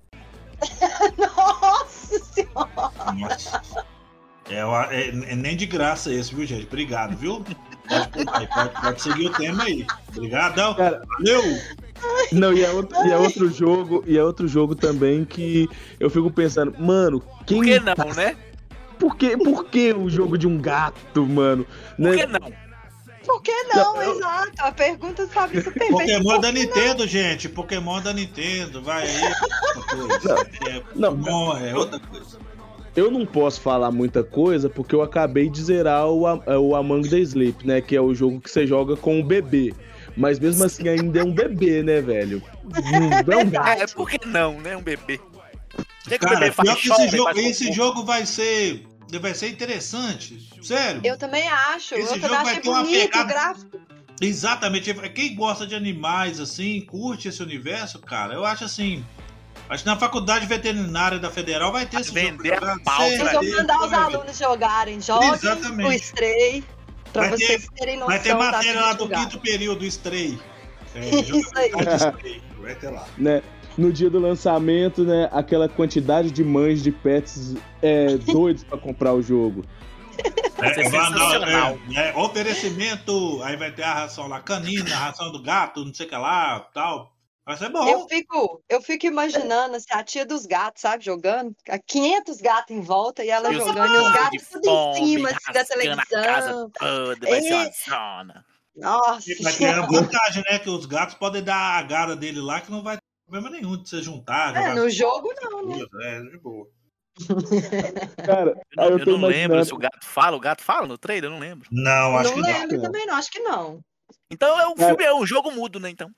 B: Nossa senhora!
I: Nossa. É nem de graça esse, viu, gente? Obrigado, viu? Pode seguir o tema aí. Obrigadão. Valeu!
F: Não, e é outro jogo também que eu fico pensando, mano, quem
G: Por que não, né?
F: Por que o jogo de um gato, mano?
G: Por que não?
B: Por que não? Exato. A pergunta sabe isso perfeito.
I: Pokémon da Nintendo, gente. Pokémon da Nintendo. Vai aí. Pokémon é outra coisa.
F: Eu não posso falar muita coisa porque eu acabei de zerar o Among the Sleep, né? Que é o jogo que você joga com o bebê. Mas mesmo assim ainda é um bebê, né, velho? Não é um gato.
G: É, por que não, né? Um bebê. Que
I: Cara,
G: o bebê faz
I: pior que
G: shopping,
I: esse jogo vai ser interessante. Sério.
B: Eu também acho.
I: Esse
B: Eu
I: jogo
B: também
I: vai
B: achei
I: ter uma
B: bonito o
I: pegada-
B: gráfico.
I: Exatamente. Quem gosta de animais, assim, curte esse universo, cara, eu acho assim. Acho que na faculdade veterinária da Federal vai ter esse jogo.
G: Vender a pau,
B: Vocês vão mandar os alunos jogarem. Joguem
I: Exatamente.
B: o Stray. Pra
I: Vai
B: vocês terem noção
I: Vai ter matéria
B: da
I: lá
B: vida
I: do
B: de gato.
I: quinto período, Stray.
B: Isso aí.
I: Stray. Vai ter lá.
F: Né? No dia do lançamento, né, aquela quantidade de mães de pets doidos pra comprar o jogo.
G: sensacional.
I: Oferecimento, aí vai ter a ração lá canina, a ração do gato, não sei o que lá, tal. Vai ser bom.
B: Eu fico imaginando assim, a tia dos gatos, sabe, jogando. 500 gatos em volta e ela
G: E os
B: jogando. E os
G: gatos
B: gatos
G: de
B: tudo em
G: fome,
B: cima assim, da
G: rasgando a casa
B: televisão.
G: toda, vai ser uma
B: É.
G: zona.
B: Nossa,
I: E vai ter a vantagem, né? Que os gatos podem dar a gara dele lá, que não vai ter problema nenhum de você juntar. jogar
B: no jogo não, né?
I: De boa.
F: Cara,
G: Eu não lembro se o gato fala. O gato fala no trailer? Eu não lembro.
I: Não,
B: Não lembro também, não. Acho que não.
G: Então filme é um jogo mudo, né? Então.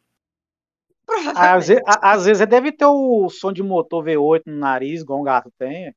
L: Às vezes ele deve ter o som de motor V8 no nariz, igual um gato tem.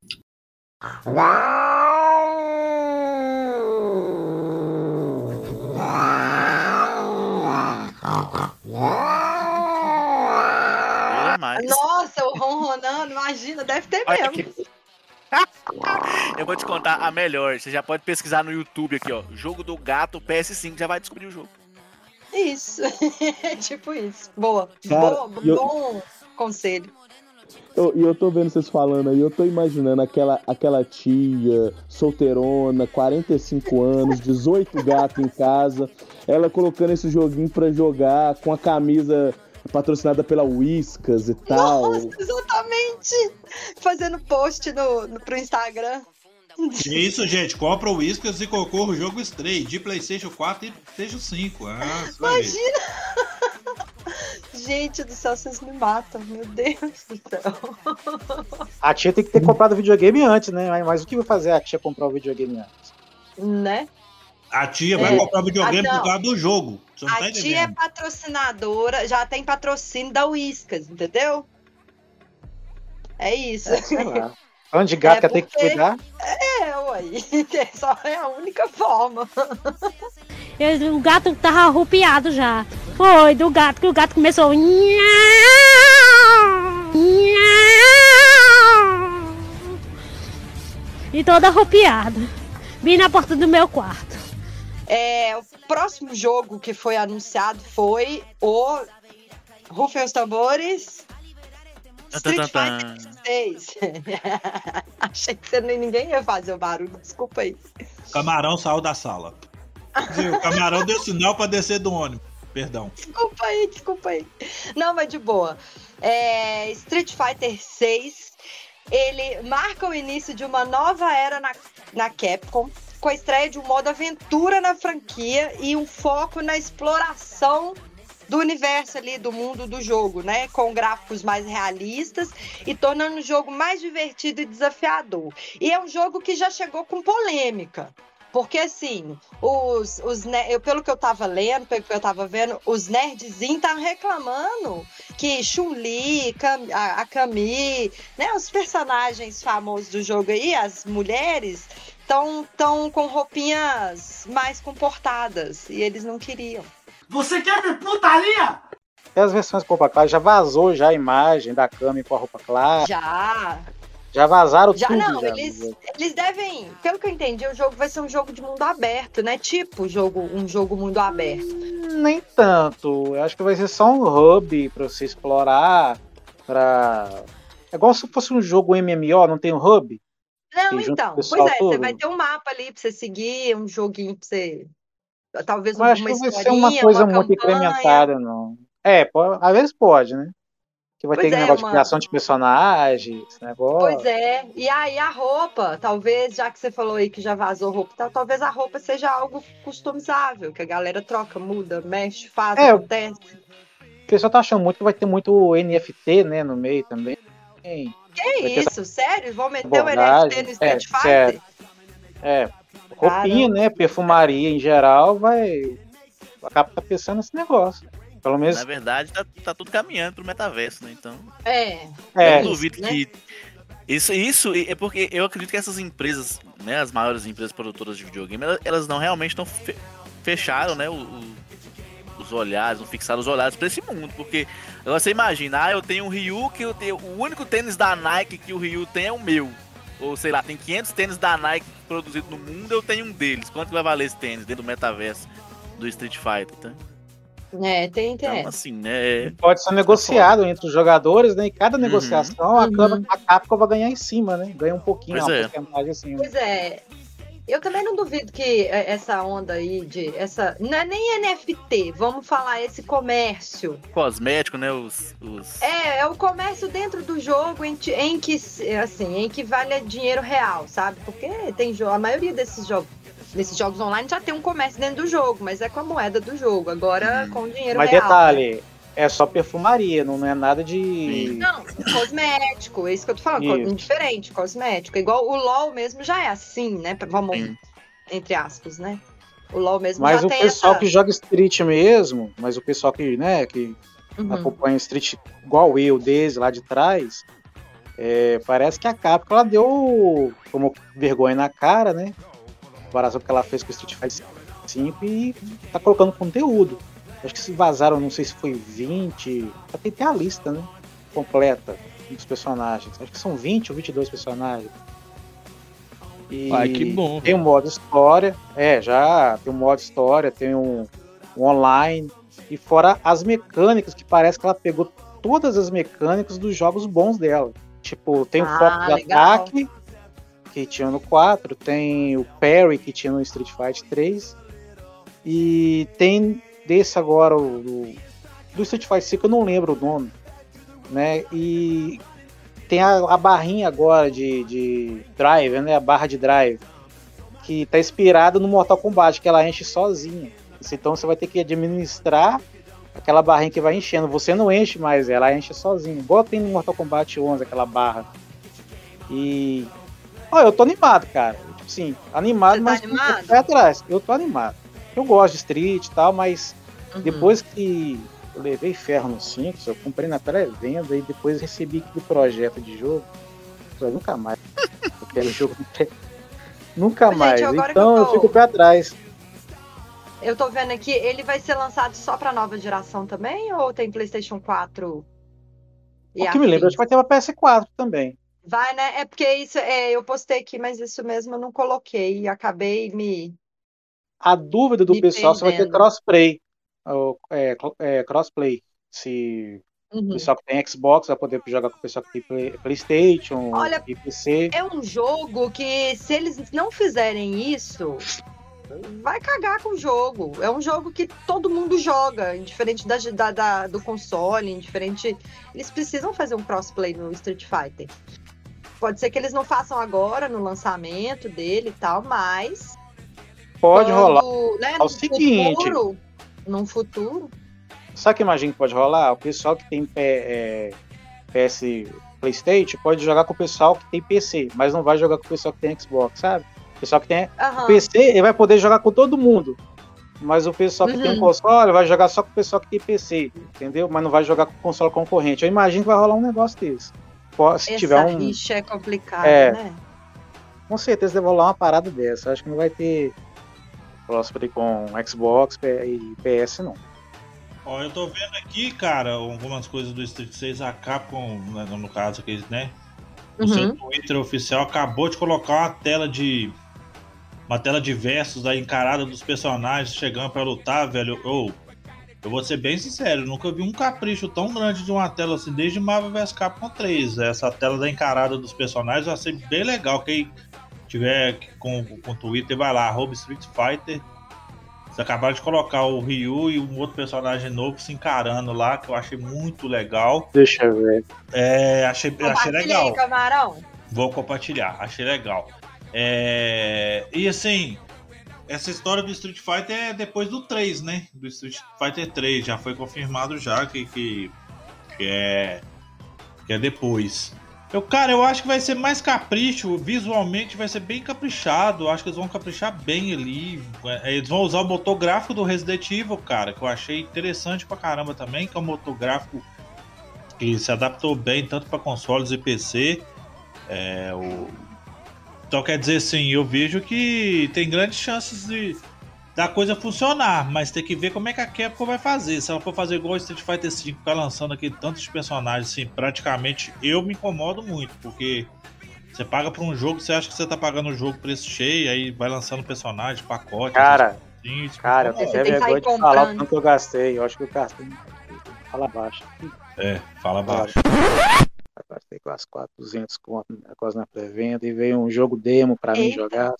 B: Nossa, o ronronando, imagina, deve ter
G: Olha
B: mesmo.
G: Eu vou te contar a melhor. Você já pode pesquisar no YouTube aqui, ó. Jogo do gato PS5, já vai descobrir o jogo.
B: Isso, tipo isso. Boa,
F: Cara,
B: bom conselho.
F: E eu tô vendo vocês falando aí, eu tô imaginando aquela tia solteirona, 45 anos, 18 gatos em casa, ela colocando esse joguinho pra jogar com a camisa patrocinada pela Whiskas e tal.
B: Nossa, exatamente. Fazendo post pro Instagram.
I: Isso, gente. Compra o Whiskas e concorra o jogo Stray de PlayStation 4 e PlayStation 5.
B: Imagina! Gente do céu, vocês me matam, meu Deus do céu.
L: A tia tem que ter comprado o videogame antes, né? Mas o que vai fazer a tia comprar o videogame antes?
B: Né?
I: A tia vai comprar videogame
B: não.
I: por causa do jogo. Você não tá
B: A tia é
I: entendendo.
B: patrocinadora, já tem patrocínio da Whiskas, entendeu? É isso.
L: Sei lá. Falando de gato que tem que cuidar.
B: Ué. Só é a única forma.
O: O gato tava arrupiado já. Foi do gato, que o gato começou. E toda arrupiada. Vim na porta do meu quarto.
B: O próximo jogo que foi anunciado foi o Rufem os Tambores Street Fighter 6. Achei que ninguém ia fazer o barulho, desculpa aí.
I: Camarão saiu da sala. O Camarão deu sinal pra descer do ônibus. Perdão.
B: Desculpa aí. Não, mas de boa. Street Fighter 6, ele marca o início de uma nova era na Capcom, com a estreia de um modo aventura na franquia e um foco na exploração do universo ali, do mundo do jogo, né? Com gráficos mais realistas e tornando o jogo mais divertido e desafiador. E é um jogo que já chegou com polêmica. Porque, assim, pelo que eu tava lendo, pelo que eu tava vendo, os nerdzinhos estavam reclamando que Chun-Li, a Camille, né, os personagens famosos do jogo aí, as mulheres, estão com roupinhas mais comportadas. E eles não queriam.
D: Você quer ver putaria?
L: Até as versões com roupa clara, já vazou já a imagem da Camille com a roupa clara. Já vazaram tudo.
B: Não, eles devem, pelo que eu entendi, o jogo vai ser um jogo de mundo aberto, né? Tipo um jogo mundo aberto.
L: Nem tanto. Eu acho que vai ser só um hub pra você explorar. É igual se fosse um jogo MMO, não tem um hub?
B: Não, então. Pois é, você vai ter um mapa ali pra você seguir, um joguinho pra você... Talvez uma historinha,
L: acho que vai ser uma coisa muito incrementada, não. Às vezes pode, né? Que vai ter negócio de criação de personagens, esse negócio.
B: Pois é. E aí a roupa, talvez, já que você falou aí que já vazou roupa, talvez a roupa seja algo customizável, que a galera troca, muda, mexe, faz, acontece.
L: O pessoal tá achando muito que vai ter muito NFT, né, no meio também.
B: Que isso? Sério? Vão meter o NFT no Street Fighter?
L: Sério. Roupinha, né, perfumaria em geral, acaba pensando nesse negócio. Pelo menos...
G: Na verdade, tá tudo caminhando pro metaverso, né? Então.
B: Eu
G: não duvido que. Isso é porque eu acredito que essas empresas, né? As maiores empresas produtoras de videogame, elas não realmente não fecharam, né? Os olhares, não fixaram os olhares pra esse mundo. Porque você imagina, eu tenho um Ryu, que eu tenho. O único tênis da Nike que o Ryu tem é o meu. Ou sei lá, tem 500 tênis da Nike produzidos no mundo, eu tenho um deles. Quanto que vai valer esse tênis dentro do metaverso do Street Fighter, tá?
B: Tem
G: então, assim, né?
L: Pode ser negociado entre os jogadores, né? E cada negociação a Capcom vai ganhar em cima, né? Ganha um pouquinho, uma porcentagem assim.
B: Pois é. Eu também não duvido que essa onda aí não é nem NFT, vamos falar esse comércio.
G: Cosmético, né?
B: É o comércio dentro do jogo em que vale dinheiro real, sabe? Porque a maioria desses jogos online já tem um comércio dentro do jogo, mas é com a moeda do jogo, agora com dinheiro real.
L: Mas detalhe, é só perfumaria, não é nada de...
B: Não, cosmético, é isso que eu tô falando, diferente, cosmético. Igual o LoL mesmo já é assim, né? Vamos, entre aspas, né? O LoL mesmo
L: mas
B: já tem
L: o pessoal que joga Street mesmo, mas o pessoal que, né, que acompanha Street igual eu, desde lá de trás, parece que a Capcom, ela deu como vergonha na cara, né? Comparação que ela fez com o Street Fighter 5 e tá colocando conteúdo. Acho que se vazaram, não sei se foi 20, até tem a lista, né, completa dos personagens. Acho que são 20 ou 22 personagens. E
F: que bom.
L: Tem um modo história, já tem um modo história, tem um online, e fora as mecânicas, que parece que ela pegou todas as mecânicas dos jogos bons dela. Tipo, tem o foco de ataque, que tinha no 4, tem o parry, que tinha no Street Fighter 3, e tem desse agora, do Street Fighter 5, eu não lembro o nome, né, e tem a barrinha agora de drive, né, a barra de drive, que tá inspirada no Mortal Kombat, que ela enche sozinha, então você vai ter que administrar aquela barrinha que vai enchendo, você não enche mais, ela enche sozinha, igual tem no Mortal Kombat 11, aquela barra, e... eu tô animado, cara. sim, animado,
B: Você tá
L: mas
B: animado?
L: pé atrás. Eu tô animado. Eu gosto de Street e tal, mas depois que eu levei ferro no 5, eu comprei na pré-venda e depois recebi aquele projeto de jogo, eu nunca mais. Eu quero jogo nunca mais.
B: agora
L: Então
B: que
L: eu fico pé atrás.
B: Eu tô vendo aqui, ele vai ser lançado só pra nova geração também? Ou tem PlayStation 4? E
L: O que me lembra, acho que vai ter uma PS4 também.
B: Vai, né? É porque isso, eu postei aqui, mas isso mesmo eu não coloquei e acabei
L: A dúvida do
B: me
L: pessoal se vai ter
B: perdendo.
L: crossplay. Crossplay. Se o pessoal que tem Xbox vai poder jogar com o pessoal que tem PlayStation
B: Olha,
L: e PC.
B: é um jogo que, se eles não fizerem isso, vai cagar com o jogo. É um jogo que todo mundo joga, indiferente do console, indiferente. Eles precisam fazer um crossplay no Street Fighter. Pode ser que eles não façam agora, no lançamento dele e tal, mas
L: Pode rolar.
B: Né,
L: É o seguinte.
B: Num futuro.
L: Sabe o que imagino que pode rolar? O pessoal que tem PS PlayStation pode jogar com o pessoal que tem PC, mas não vai jogar com o pessoal que tem Xbox, sabe? O pessoal que tem PC, ele vai poder jogar com todo mundo. Mas o pessoal que tem um console vai jogar só com o pessoal que tem PC, entendeu? Mas não vai jogar com o console concorrente. Eu imagino que vai rolar um negócio desse. Se tiver um...
B: rixa é complicado, né?
L: Com certeza deve rolar uma parada dessa. Acho que não vai ter crossplay com Xbox e PS, não.
I: Ó, eu tô vendo aqui, cara, algumas coisas do Street 6, a Capcom, no caso aqui, né? O seu Twitter oficial acabou de colocar uma tela de versus da encarada dos personagens chegando pra lutar, velho. Eu vou ser bem sincero, eu nunca vi um capricho tão grande de uma tela assim desde Marvel vs Capcom 3. Essa tela da encarada dos personagens eu achei bem legal. Quem tiver com o Twitter, vai lá, @Street Fighter. Vocês acabaram de colocar o Ryu e um outro personagem novo se encarando lá, que eu achei muito legal.
L: Deixa eu ver.
I: Achei legal.
B: Aí, camarão.
I: Vou compartilhar, achei legal. E assim, essa história do Street Fighter é depois do 3, né? Do Street Fighter 3, já foi confirmado já que é depois. Eu acho que vai ser mais capricho, visualmente vai ser bem caprichado, eu acho que eles vão caprichar bem ali. Eles vão usar o motor gráfico do Resident Evil, cara, que eu achei interessante pra caramba também, que é um motor gráfico que se adaptou bem tanto para consoles e PC. Então quer dizer assim, eu vejo que tem grandes chances da coisa funcionar, mas tem que ver como é que a Capcom vai fazer. Se ela for fazer igual o Street Fighter V, ficar lançando aqui tantos personagens, assim, praticamente eu me incomodo muito, porque você paga por um jogo, você acha que você tá pagando o jogo preço cheio, aí vai lançando personagem, pacote.
L: Cara,
I: assim,
L: eu tenho vergonha de falar o quanto eu gastei. Eu acho que eu gastei. Fala baixo.
I: Fala baixo.
L: Eu gastei quase 400 conto quase na pré-venda e veio um jogo demo pra mim jogar.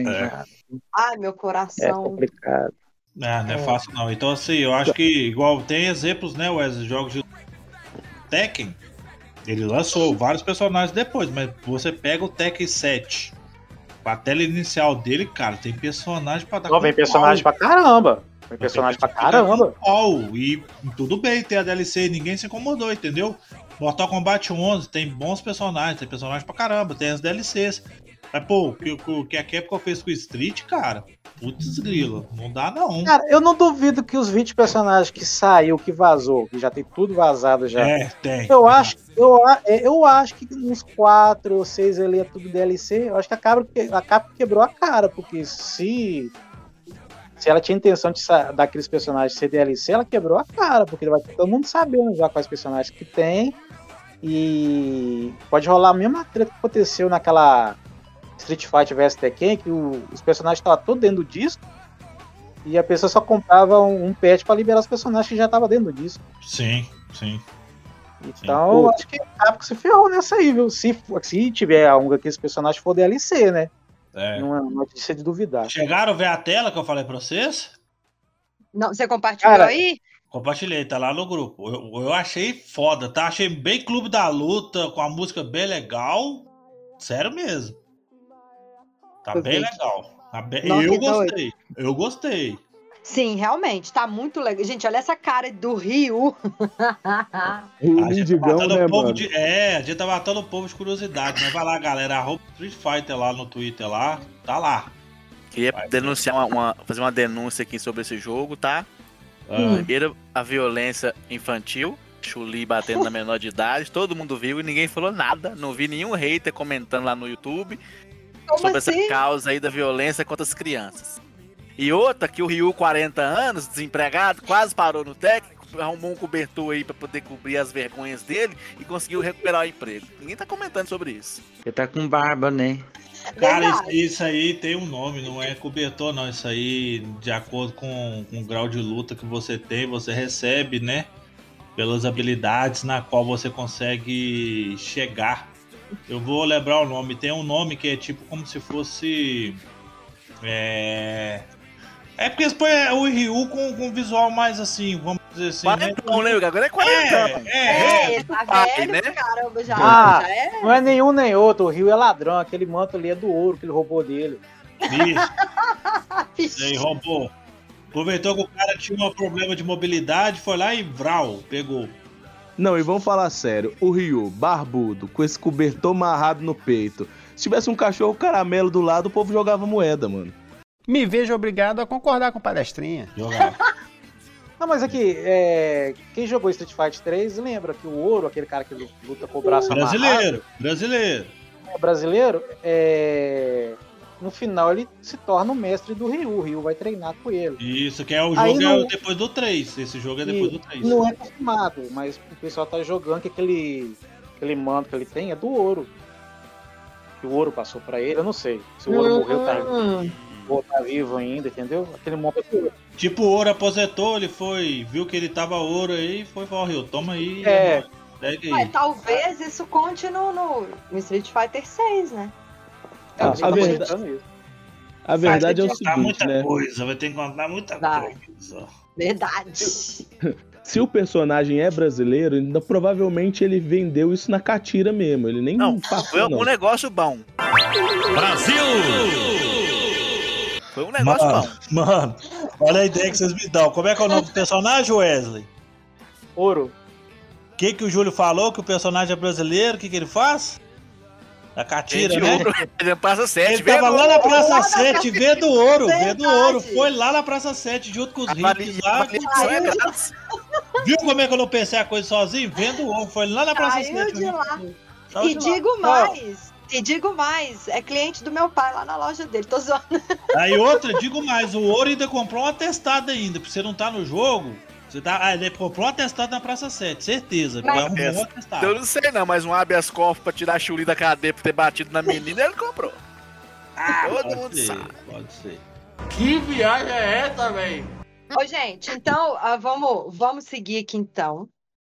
B: Ai, meu coração.
L: É complicado.
I: Não é fácil não. Então assim, eu acho que igual tem exemplos, né, Wesley, jogos de Tekken, ele lançou vários personagens depois, mas você pega o Tekken 7, a tela inicial dele, cara, tem personagem pra dar
L: vem personagem pra caramba. Tem personagem pra caramba.
I: E tudo bem, tem a DLC, ninguém se incomodou, entendeu? Mortal Kombat 11 tem bons personagens, tem personagem pra caramba, tem as DLCs. Mas, pô, o que a Capcom fez com o Street, cara, putz grila, não dá não.
L: Cara, eu não duvido que os 20 personagens que saiu, que vazou, que já tem tudo vazado já.
I: Tem.
L: Eu acho que uns 4 ou 6 ali é tudo DLC. Eu acho que a Capcom quebrou a cara, porque se ela tinha intenção de daqueles personagens ser DLC, ela quebrou a cara, porque vai todo mundo sabendo já quais personagens que tem. E pode rolar a mesma treta que aconteceu naquela Street Fighter vs Tekken, que os personagens estavam todos dentro do disco e a pessoa só comprava um patch para liberar os personagens que já estavam dentro do disco.
I: Sim.
L: Então, acho que a Capcom se ferrou nessa aí, viu? Se tiver algum daqueles personagens for DLC, né? Não é notícia de duvidar.
I: Chegaram a ver a tela que eu falei pra vocês?
B: Não, você compartilhou aí?
I: Compartilhei, tá lá no grupo. Eu achei foda, tá? Achei bem Clube da Luta, com a música bem legal. Sério mesmo. Tá bem legal. Eu gostei.
B: Sim, realmente, tá muito legal. Gente, olha essa cara do Ryu.
F: O Indigão, né, mano?
I: A gente tá matando o povo de curiosidade, né? Vai lá, galera, @Street Fighter lá no Twitter lá, tá lá.
G: Queria denunciar fazer uma denúncia aqui sobre esse jogo, tá? Primeiro, a violência infantil. Chun-Li batendo na menor de idade, todo mundo viu e ninguém falou nada. Não vi nenhum hater comentando lá no YouTube sobre essa causa aí da violência contra as crianças. E outra, que o Ryu, 40 anos, desempregado, quase parou no técnico, arrumou um cobertor aí pra poder cobrir as vergonhas dele e conseguiu recuperar o emprego. Ninguém tá comentando sobre isso.
J: Ele tá com barba, né?
I: Cara, isso aí tem um nome, não é cobertor não. Isso aí, de acordo com o grau de luta que você tem, você recebe, né? Pelas habilidades na qual você consegue chegar. Eu vou lembrar o nome. Tem um nome que é tipo como se fosse... É porque eles põem o Ryu com visual mais assim, vamos dizer assim.
G: 40, né? Agora é 40.
B: Ele tá velho, né? Caramba, já.
L: Já é. Não é nenhum nem outro. O Ryu é ladrão. Aquele manto ali é do ouro que ele roubou dele.
I: Isso. Aí roubou. Aproveitou que o cara tinha um problema de mobilidade, foi lá e vral, pegou.
F: Não, e vamos falar sério. O Ryu, barbudo, com esse cobertor amarrado no peito. Se tivesse um cachorro caramelo do lado, o povo jogava moeda, mano.
S: Me vejo obrigado a concordar com palestrinha.
L: Não, mas aqui, quem jogou Street Fighter 3 lembra que o Ouro, aquele cara que luta com o braço amarrado... Brasileiro, no final ele se torna o mestre do Ryu. O Ryu vai treinar com ele.
I: Isso, que é o jogo depois do 3. Esse jogo é depois do 3.
L: Não é confirmado, mas o pessoal tá jogando que aquele manto que ele tem é do Ouro. Que o Ouro passou pra ele, eu não sei. Se o Ouro morreu, tá vivo ainda, entendeu? Aquele manto é do Ouro.
I: Tipo, o Ouro aposentou, ele viu que ele tava Ouro aí e foi falar, Ryu, toma aí.
B: Mas talvez isso conte no Street Fighter 6, né?
F: A verdade é o seguinte,
I: muita
F: né?
I: coisa, vai ter que contar muita coisa.
B: Verdade.
F: Se o personagem é brasileiro, ainda provavelmente ele vendeu isso na catira mesmo. Ele nem passou,
G: foi algum negócio bom.
I: Brasil!
G: Foi um negócio bom.
I: Mano, olha a ideia que vocês me dão. Como é que é o nome do personagem, Wesley?
L: Ouro.
I: O que o Júlio falou? Que o personagem é brasileiro? O que ele faz? Da catira, né?
G: Ele Praça 7.
I: Ele tava lá na Praça 7, vendo ouro. Foi lá na Praça 7, junto com os ricos lá. Viu como é que eu não pensei a coisa sozinho? Vendo ouro. Foi lá na Praça 7.
B: De lá. E digo mais, é cliente do meu pai lá na loja dele, tô zoando.
I: Aí outra, digo mais, o Ouro ainda comprou um atestado ainda, pra você não tá no jogo. Ele comprou um atestado na Praça 7, certeza. Arrumou um atestado.
G: Eu não sei não, mas um habeas corpus pra tirar a Chun-Li da cadeia por ter batido na menina, ele comprou. Todo mundo sabe.
I: Pode ser.
P: Que viagem é essa, velho?
B: Ô, gente, então, vamos seguir aqui, então.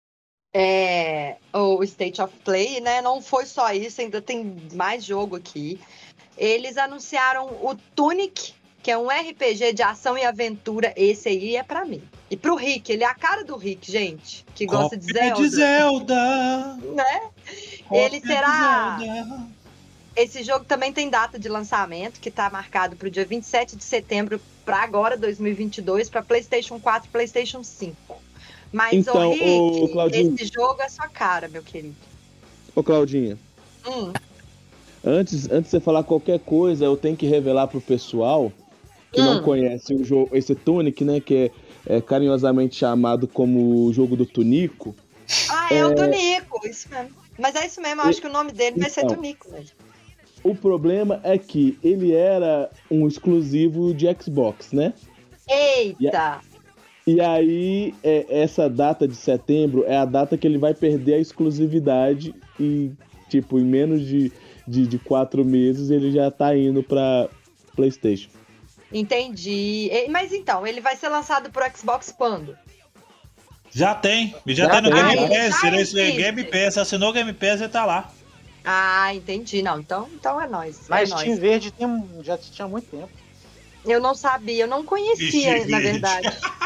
B: O State of Play, né? Não foi só isso, ainda tem mais jogo aqui. Eles anunciaram o Tunic, que é um RPG de ação e aventura. Esse aí é pra mim. E pro Rick, ele é a cara do Rick, gente, que gosta de Zelda. Né? Ele será... Esse jogo também tem data de lançamento, que tá marcado pro dia 27 de setembro pra agora, 2022, pra PlayStation 4 e PlayStation 5. Mas,
F: então,
B: Rick,
F: Claudinho,
B: esse jogo é sua cara, meu querido.
F: Ô, Claudinha. Antes de você falar qualquer coisa, eu tenho que revelar pro pessoal que não conhece o jogo, esse Tunic, né, que é carinhosamente chamado como o jogo do Tunico.
B: O Tunico, isso mesmo. Mas é isso mesmo, eu acho que o nome dele vai ser Tunico mesmo.
F: O problema é que ele era um exclusivo de Xbox, né?
B: Eita!
F: E aí, essa data de setembro é a data que ele vai perder a exclusividade e, tipo, em menos de 4 meses ele já tá indo pra PlayStation.
B: Entendi. Mas então, ele vai ser lançado pro Xbox quando?
I: Já tem. Já tá no Game Pass. Game Pass. Assinou o Game Pass e tá lá.
B: Ah, entendi. Não, então é nóis.
L: Mas Steam Verde já tinha muito tempo.
B: Eu não sabia, eu não conhecia, na verdade.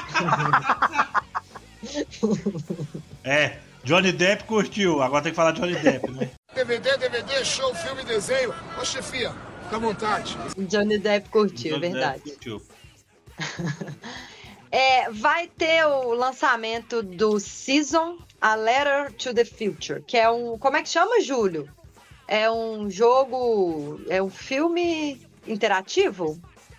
I: Johnny Depp curtiu. Agora tem que falar de Johnny Depp, né?
P: DVD, show, filme, desenho. Ô, chefia, fica à vontade.
B: Johnny Depp curtiu, verdade.
I: Curtiu.
B: Vai ter o lançamento do Season, A Letter to the Future, que é um... Como é que chama, Júlio? É um jogo... É um filme interativo?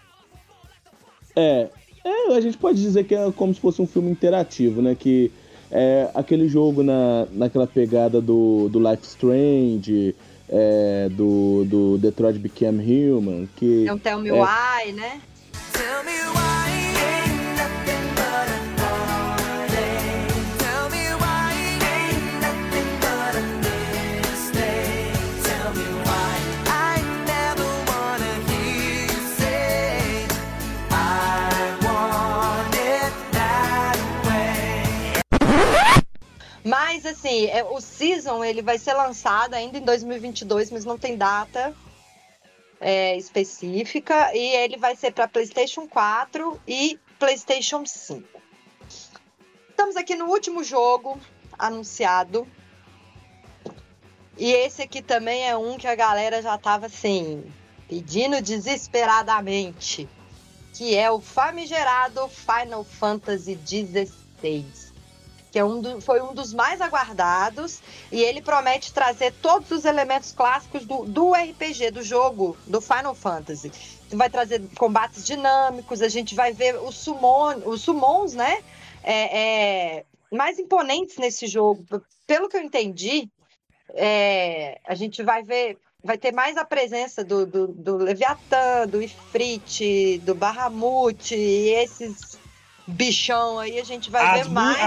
F: A gente pode dizer que é como se fosse um filme interativo, né? Que é aquele jogo naquela pegada do Life Strange, do Detroit Become Human. Que
B: é um Tell Me Why, né?
A: Tell me why ain't nothing but a party. Tell me why ain't nothing but a mistake. Tell me why I never wanna hear you say I want it that way.
B: Mas assim, o Season ele vai ser lançado ainda em 2022, mas não tem data específica, e ele vai ser para PlayStation 4 e PlayStation 5. Estamos aqui no último jogo anunciado, e esse aqui também é um que a galera já estava assim pedindo desesperadamente, que é o famigerado Final Fantasy XVI. Que foi um dos mais aguardados, e ele promete trazer todos os elementos clássicos do RPG, do jogo, do Final Fantasy. Vai trazer combates dinâmicos, a gente vai ver os summons, né? Mais imponentes nesse jogo. Pelo que eu entendi, a gente vai ter mais a presença do Leviatã, do Ifrit, do Bahamut, e esses bichão aí, a gente vai ver mais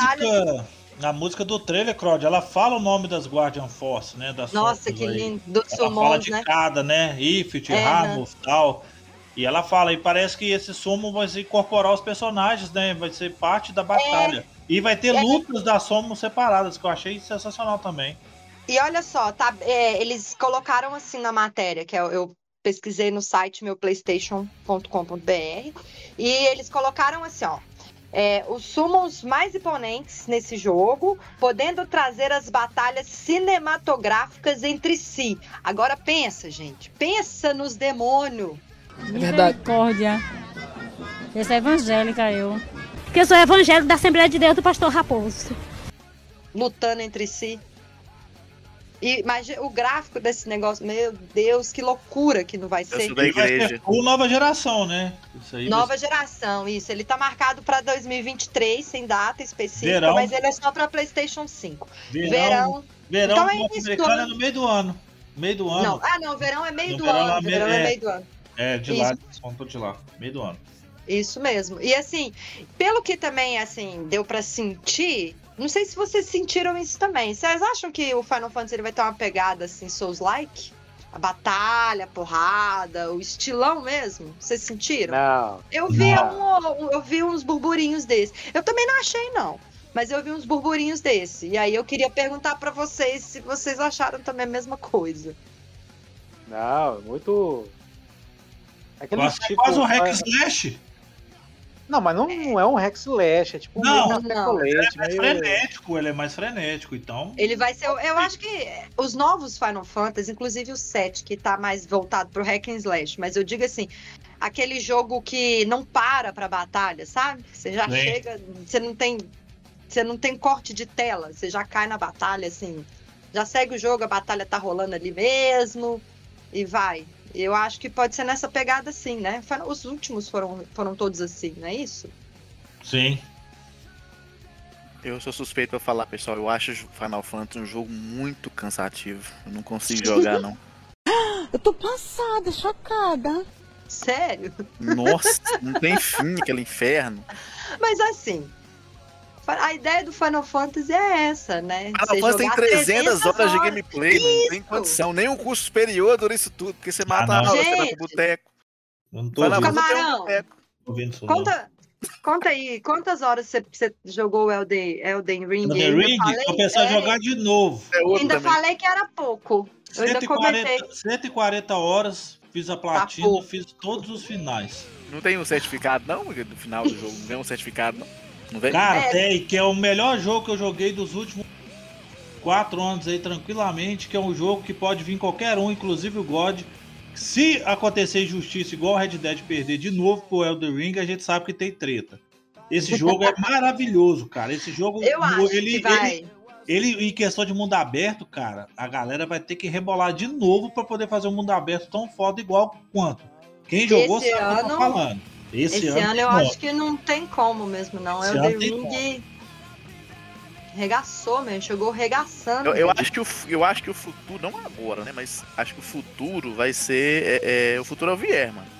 I: a música do trailer, Claudio, ela fala o nome das Guardian Force, né?
B: Nossa, que lindo. Dos
I: Summons, ela fala de cada, né? Ifrit, Ramus e tal. E ela fala, e parece que esse Summon vai incorporar os personagens, né? Vai ser parte da batalha. E vai ter lutas da Summon separadas, que eu achei sensacional também.
B: E olha só, eles colocaram assim na matéria, que eu pesquisei no site meuplaystation.com.br, e eles colocaram assim, os summons mais imponentes nesse jogo, podendo trazer as batalhas cinematográficas entre si. Agora pensa, gente, pensa nos demônios.
O: Misericórdia. Eu sou evangélica, Porque eu sou evangélico da Assembleia de Deus do Pastor Raposo.
B: Lutando entre si. E imagina o gráfico desse negócio, meu Deus, que loucura que não vai ser.
I: Da igreja. Ou nova geração, né?
B: Isso aí nova geração, isso. Ele tá marcado para 2023, sem data específica, mas ele é só para PlayStation 5. Verão
I: então norte-americano é no meio do ano. Meio do ano.
B: Não, verão é meio do ano. Verão é meio do ano.
I: De lá, desconto de lá, meio do ano.
B: Isso mesmo. E assim, pelo que também assim deu para sentir, não sei se vocês sentiram isso também. Vocês acham que o Final Fantasy ele vai ter uma pegada assim Souls-like? A batalha, a porrada, o estilão mesmo? Vocês sentiram?
L: Não.
B: Eu vi uns burburinhos desse. Eu também não achei, não. Mas eu vi uns burburinhos desse. E aí eu queria perguntar pra vocês se vocês acharam também a mesma coisa.
L: Não, muito...
I: Quase um hack slash.
L: Não, mas não é um hack slash, é tipo
I: ele é mais frenético, então...
B: Ele vai ser, eu acho que os novos Final Fantasy, inclusive o 7, que tá mais voltado pro hack and slash, mas eu digo assim, aquele jogo que não para pra batalha, sabe? Você já chega, você não tem corte de tela, você já cai na batalha, assim, já segue o jogo, a batalha tá rolando ali mesmo, e vai... Eu acho que pode ser nessa pegada assim, né? Os últimos foram todos assim, não é isso?
I: Sim.
G: Eu sou suspeito pra falar, pessoal. Eu acho Final Fantasy um jogo muito cansativo. Eu não consigo jogar, não.
A: Eu tô passada, chocada.
B: Sério?
G: Nossa, não tem fim aquele inferno.
B: Mas assim... A ideia do Final Fantasy é essa, né?
G: Final Fantasy tem 300 horas de gameplay, não tem condição. Nem um curso superior dura isso tudo, porque você mata a aula, você vai pro boteco.
I: Não tô
B: Camarão, conta aí, quantas horas você jogou o Elden Ring?
I: Elden Ring? Eu pensava em jogar de novo.
B: Ainda falei que era pouco.
I: 140 horas, fiz a platina, fiz todos os finais.
G: Não tem um certificado, não? No final do jogo, não tem um certificado, não?
I: Cara, tem, que é o melhor jogo que eu joguei dos últimos 4 anos aí, tranquilamente, que é um jogo que pode vir qualquer um, inclusive o God. Se acontecer injustiça igual o Red Dead perder de novo pro Elden Ring, a gente sabe que tem treta. Esse jogo é maravilhoso, cara. Esse jogo,
B: Eu acho que vai.
I: Ele, em questão de mundo aberto, cara, a galera vai ter que rebolar de novo pra poder fazer um mundo aberto tão foda igual quanto. Quem jogou
B: Esse
I: sabe o que eu tô falando.
B: Esse ano eu acho que não tem como mesmo, não.
I: Esse
B: É o The
I: ano tem
B: Ring regaçou, mesmo. Chegou regaçando.
G: Eu acho que o futuro, não agora, né? Mas acho que o futuro vai ser. O futuro é o VR, mano.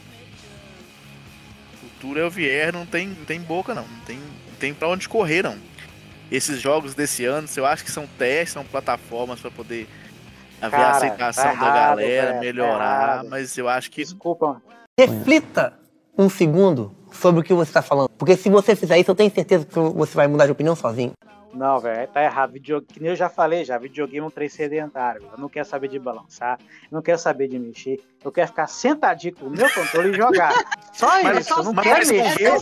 G: O futuro é o VR, não tem boca, não. Não tem pra onde correr, não. Esses jogos desse ano, eu acho que são testes, são plataformas pra poder haver a aceitação da galera, melhorar, mas eu acho que.
L: Desculpa.
T: Reflita um segundo sobre o que você está falando. Porque se você fizer isso, eu tenho certeza que você vai mudar de opinião sozinho.
L: Não, velho, tá errado. Que nem eu já falei, videogame é um trem sedentário. Eu não quero saber de balançar, eu não quero saber de mexer. Eu quero ficar sentadinho com o meu controle e jogar. Só isso, eu não quero mexer.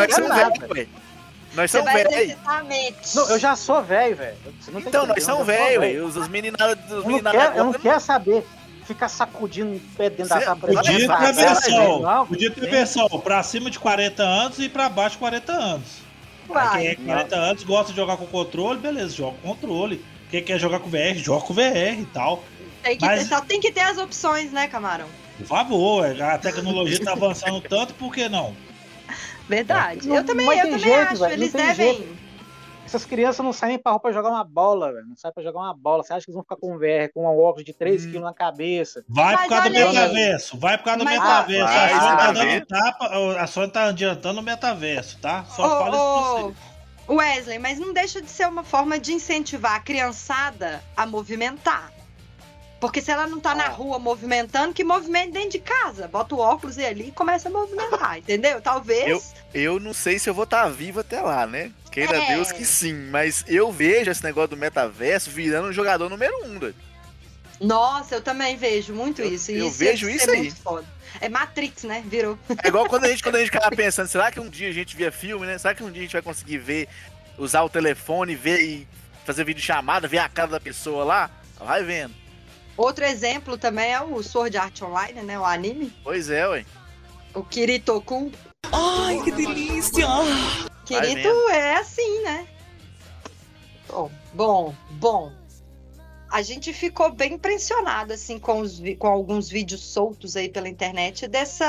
G: Nós somos velhos.
L: Não, eu já sou velho.
G: Então, nós somos velhos. Os meninados.
L: Eu não quero saber. Ficar sacudindo o pé dentro da capa.
I: Podia ter versão pra cima de 40 anos e pra baixo de 40 anos. Quem é 40 anos gosta de jogar com controle, beleza, joga com controle. Quem quer jogar com VR, joga com VR e tal.
B: Só tem que ter as opções, né, Camarão?
I: Por favor, a tecnologia tá avançando tanto, por que não?
B: Verdade. Eu também
L: jeito,
B: acho, eles devem.
L: Essas crianças não saem pra rua pra jogar uma bola, velho. Não saem pra jogar uma bola. Você acha que eles vão ficar com VR, com um óculos de 3 kg na cabeça?
I: Vai por causa do metaverso. Vai por causa do metaverso. A Sony tá dando tapa, a Sony tá adiantando o metaverso, tá? Só fala isso pra você.
B: Wesley, mas não deixa de ser uma forma de incentivar a criançada a movimentar. Porque se ela não tá na rua movimentando, que movimente dentro de casa. Bota o óculos ali e começa a movimentar, entendeu? Talvez...
G: Eu não sei se eu vou estar vivo até lá, né? Queira Deus que sim. Mas eu vejo esse negócio do metaverso virando um jogador número 1, doido.
B: Nossa, eu também vejo muito isso.
G: Eu vejo isso aí.
B: Foda. É Matrix, né? Virou.
G: É igual quando a gente ficava pensando, será que um dia a gente via filme, né? Será que um dia a gente vai conseguir ver, usar o telefone, ver e fazer videochamada, ver a cara da pessoa lá? Vai vendo.
B: Outro exemplo também é o Sword Art Online, né? O anime.
G: Pois é, ué.
B: O Kirito-kun.
T: Ai, que delícia!
B: Kirito é assim, né? Bom. A gente ficou bem impressionado, assim, com alguns vídeos soltos aí pela internet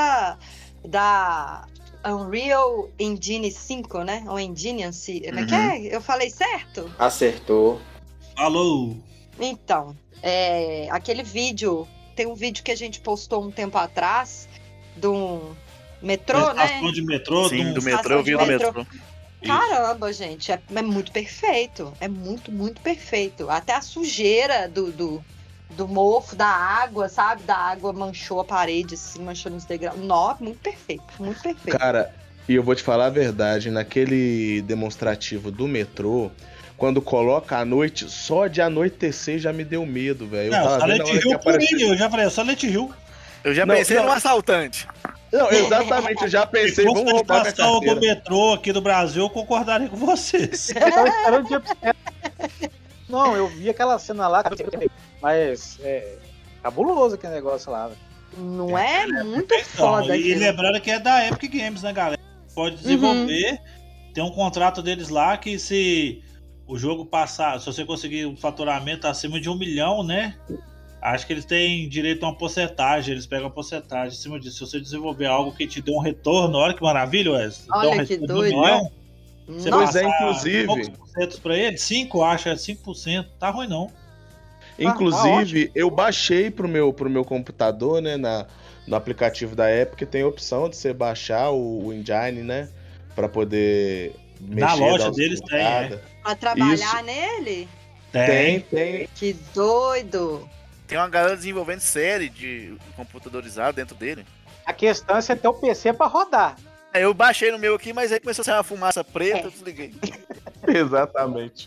B: da Unreal Engine 5, né? Ou Engine, como é que é? Eu falei certo?
U: Acertou.
I: Alô!
B: Então, aquele vídeo, tem um vídeo que a gente postou um tempo atrás, do metrô, né?
I: Estação de metrô.
G: Sim, do metrô, eu vi do metrô.
B: Caramba, gente, é muito perfeito. É muito, muito perfeito. Até a sujeira do mofo, da água, sabe? Da água manchou a parede, assim, manchou nos degraus. Nossa, muito perfeito, muito perfeito.
F: Cara, e eu vou te falar a verdade, naquele demonstrativo do metrô, quando coloca a noite, só de anoitecer já me deu medo, velho.
I: Eu já falei, só Silent Hill.
G: Eu já pensei num assaltante.
F: Não, exatamente, eu já pensei, vamos roubar minha carteira.
I: Do metrô aqui do Brasil, eu concordaria com vocês.
L: Eu tava esperando o dia pra... Não, eu vi aquela cena lá, mas é cabuloso aquele negócio lá, velho.
B: Não é? Muito foda.
I: E lembrando que é da Epic Games, né, galera? Pode desenvolver, tem um contrato deles lá que se o jogo passar, se você conseguir um faturamento acima de 1 milhão, né? Acho que eles têm direito a uma porcentagem, eles pegam a porcentagem em cima disso. Se você desenvolver algo que te dê um retorno, olha que maravilha, Wesley.
B: Olha que doido,
I: milhão,
F: você pois é, inclusive.
I: Poucos porcentos pra ele? 5%, acha, 5%. Tá ruim, não.
F: Inclusive, eu baixei pro meu computador, né, no aplicativo da Epic, tem a opção de você baixar o engine, né, pra poder mexer.
I: Na loja deles tem,
B: Pra trabalhar nele?
F: Tem.
B: Que doido.
G: Tem uma galera desenvolvendo série de computadorizado dentro dele.
L: A questão é você ter o PC pra rodar.
G: Eu baixei no meu aqui, mas aí começou a sair uma fumaça preta, eu desliguei.
F: Exatamente.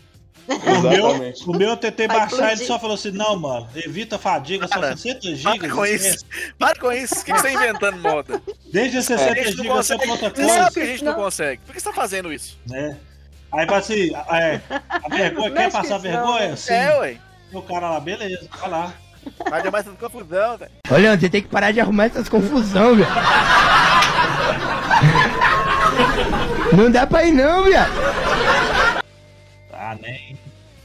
I: O meu eu tentei baixar, ele só falou assim, não, mano, evita a fadiga, só 60 GB.
G: Para com isso, o que você tá inventando moda?
I: Desde 60 GB você outra coisa.
G: Você sabe que a gente não consegue, por que você tá fazendo isso?
I: Aí pra assim, a vergonha, quer passar vergonha? Sim.
G: Ué.
I: O cara lá, beleza, vai lá.
G: Vai dar mais confusão, velho.
T: Olha, você tem que parar de arrumar essas confusões, velho.
P: Não dá pra ir não, viado.
I: Ah, nem.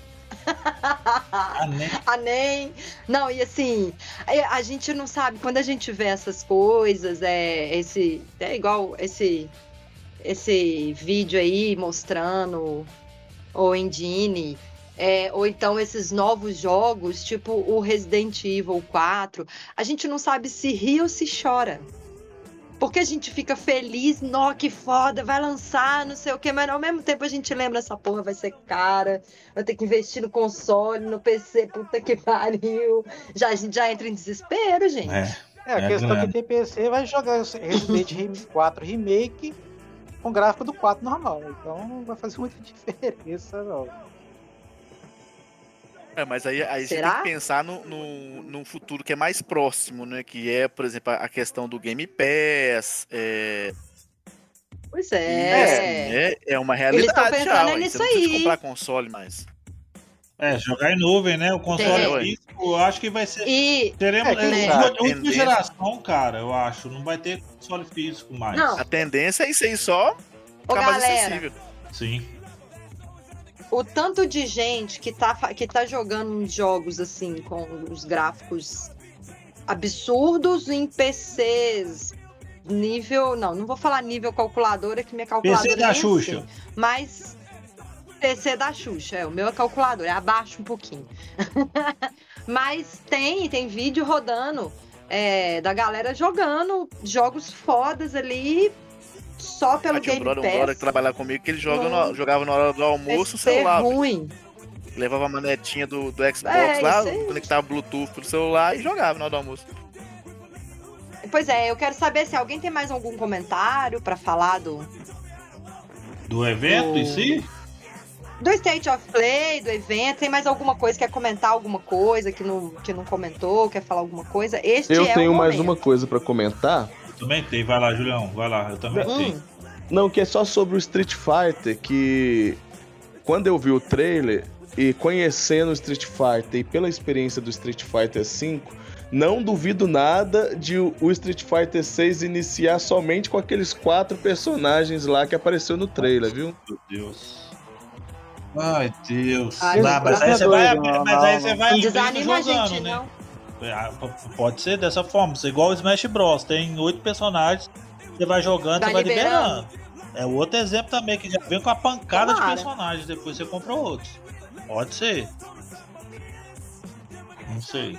B: Nem. Não, e assim, a gente não sabe, quando a gente vê essas coisas, é igual esse vídeo aí mostrando o engine, ou então esses novos jogos, tipo o Resident Evil 4, a gente não sabe se ri ou se chora. Porque a gente fica feliz, nó, que foda, vai lançar, não sei o quê, mas ao mesmo tempo a gente lembra, essa porra vai ser cara, vai ter que investir no console, no PC, puta que pariu. A gente já entra em desespero, gente.
L: A questão é que tem PC vai jogar Resident Evil 4 Remake com gráfico do 4 normal, então não vai fazer muita diferença, não.
G: Mas aí você tem que pensar num futuro que é mais próximo, né? Que é, por exemplo, a questão do Game Pass.
B: Pois é.
G: É uma realidade já.
B: Nisso
G: você não precisa comprar console mais.
I: Jogar em nuvem, né? O console físico, eu acho que vai ser. Teremos última geração, cara, eu acho. Não vai ter console físico mais.
G: Não. A tendência é isso aí só ficar mais acessível.
I: Sim.
B: O tanto de gente que tá jogando uns jogos assim, com os gráficos absurdos em PCs nível... Não vou falar nível calculadora, que minha calculadora
I: PC da Xuxa.
B: Assim, mas PC da Xuxa, o meu é calculadora, é abaixo um pouquinho. Mas tem vídeo rodando da galera jogando jogos fodas ali... Só pelo Game Pass.
G: Um brother que trabalhava comigo, que ele jogava na hora do almoço o celular.
B: Ruim.
G: Levava a manetinha do Xbox lá, conectava Bluetooth pro celular e jogava na hora do almoço.
B: Pois é, eu quero saber se alguém tem mais algum comentário pra falar do
I: evento em si?
B: Do State of Play, do evento. Tem mais alguma coisa? Quer comentar alguma coisa que não comentou? Quer falar alguma coisa?
F: Eu tenho mais uma coisa pra comentar.
I: Também tem, vai lá, Julião, vai lá, eu também tenho.
F: Não, que é só sobre o Street Fighter, que quando eu vi o trailer e conhecendo o Street Fighter e pela experiência do Street Fighter V, não duvido nada de o Street Fighter 6 iniciar somente com aqueles 4 personagens lá que apareceu no trailer, viu?
I: Meu Deus. Ai, Deus.
B: Mas
I: aí você vai
B: desanima
I: jogando,
B: a gente,
I: né?
B: não.
I: Pode ser dessa forma, é igual o Smash Bros. Tem 8 personagens, você vai jogando, você vai liberando. É outro exemplo também, que já vem com a pancada de personagens, depois você compra outros. Pode ser. Não sei.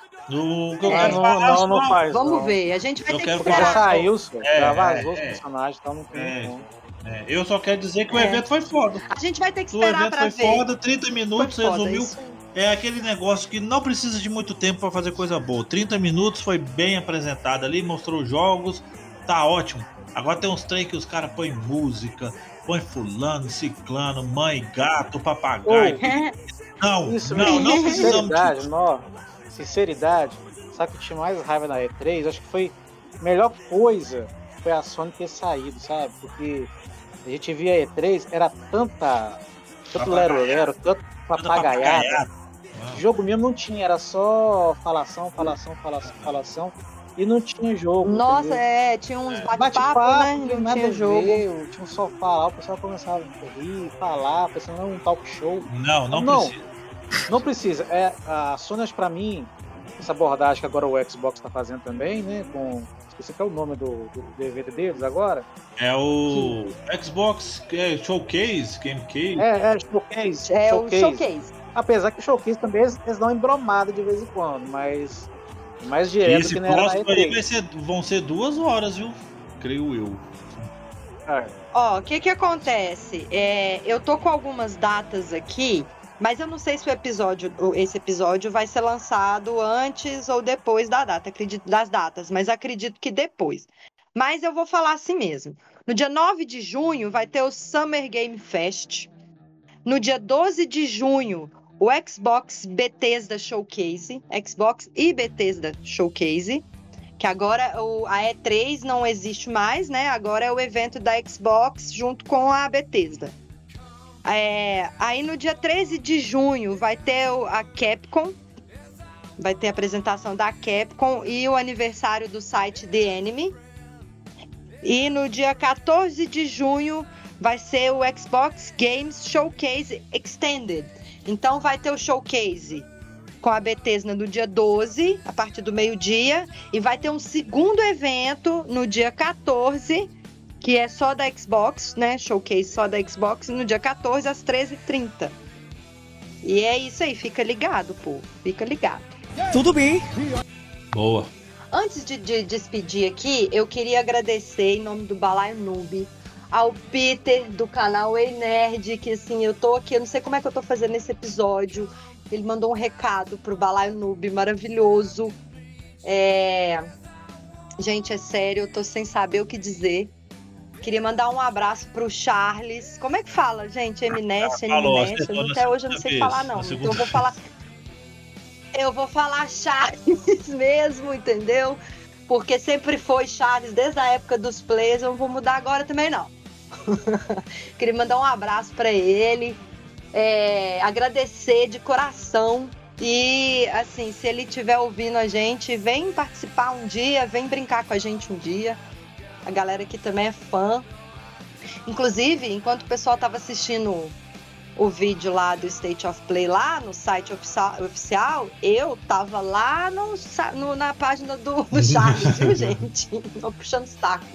L: Não faz.
B: Vamos ver, a gente vai ter que
L: esperar. Já saiu, já vazou os personagens, então não tem como.
I: Eu só quero dizer que o evento foi foda.
B: A gente vai ter que esperar pra ver.
I: O evento foi foda, 30 minutos, resumiu. É aquele negócio que não precisa de muito tempo pra fazer coisa boa. 30 minutos foi bem apresentado ali, mostrou jogos, tá ótimo. Agora tem uns trem que os caras põem música, põem fulano, ciclano, mãe, gato, papagaio. Não precisamos disso.
L: Sinceridade, sabe o que tinha mais raiva na E3? Acho que foi a melhor coisa foi a Sony ter saído, sabe? Porque a gente via a E3, era tanto lero-lero, tanto papagaiada. Jogo mesmo não tinha, era só falação. E não tinha jogo.
B: Nossa, tinha uns bate-papo, né? Não tinha jogo.
L: Tinha um sofá lá, o pessoal começava a rir, falar, pensando em um talk show.
I: Não precisa.
L: Não precisa. A Sony, pra mim, essa abordagem que agora o Xbox tá fazendo também, né? Esqueci que é o nome do evento deles agora.
I: É o Xbox Showcase, Gamecase.
L: Showcase.
B: O Showcase.
L: Apesar que o Showcase também eles dão uma embromada de vez em quando, mas mais direto
I: esse
L: que não era na E3.
I: Esse vão ser 2 horas, viu? Creio eu.
B: O que acontece? Eu tô com algumas datas aqui, mas eu não sei se esse episódio vai ser lançado antes ou depois das datas, mas acredito que depois. Mas eu vou falar assim mesmo. No dia 9 de junho vai ter o Summer Game Fest. No dia 12 de junho, o Xbox Bethesda Showcase. Xbox e Bethesda Showcase. Que agora a E3 não existe mais, né? Agora é o evento da Xbox junto com a Bethesda. Aí no dia 13 de junho vai ter a Capcom. Vai ter a apresentação da Capcom e o aniversário do site The Enemy. E no dia 14 de junho vai ser o Xbox Games Showcase Extended. Então vai ter o showcase com a Bethesda no dia 12, a partir do meio-dia, e vai ter um segundo evento no dia 14, que é só da Xbox, né? Showcase só da Xbox, no dia 14 às 13h30. E é isso aí, fica ligado, pô. Fica ligado.
T: Tudo bem.
I: Boa.
B: Antes de despedir aqui, eu queria agradecer, em nome do Balaio Noob, ao Peter, do canal Ei Nerd, que assim, eu tô aqui, eu não sei como é que eu tô fazendo esse episódio. Ele mandou um recado pro Balaio Noob, maravilhoso. Gente, é sério, eu tô sem saber o que dizer. Queria mandar um abraço pro Charles. Como é que fala, gente? Eminest, Eminest. Até hoje eu não sei falar, não. Então eu vou falar Charles mesmo, entendeu? Porque sempre foi Charles, desde a época dos plays. Eu não vou mudar agora também, não. Queria mandar um abraço pra ele. Agradecer de coração. E, assim, se ele estiver ouvindo a gente, vem participar um dia, vem brincar com a gente um dia. A galera aqui também é fã. Inclusive, enquanto o pessoal estava assistindo o vídeo lá do State of Play, lá no site oficial, eu tava lá na página do Charles, viu, gente? Tô puxando saco.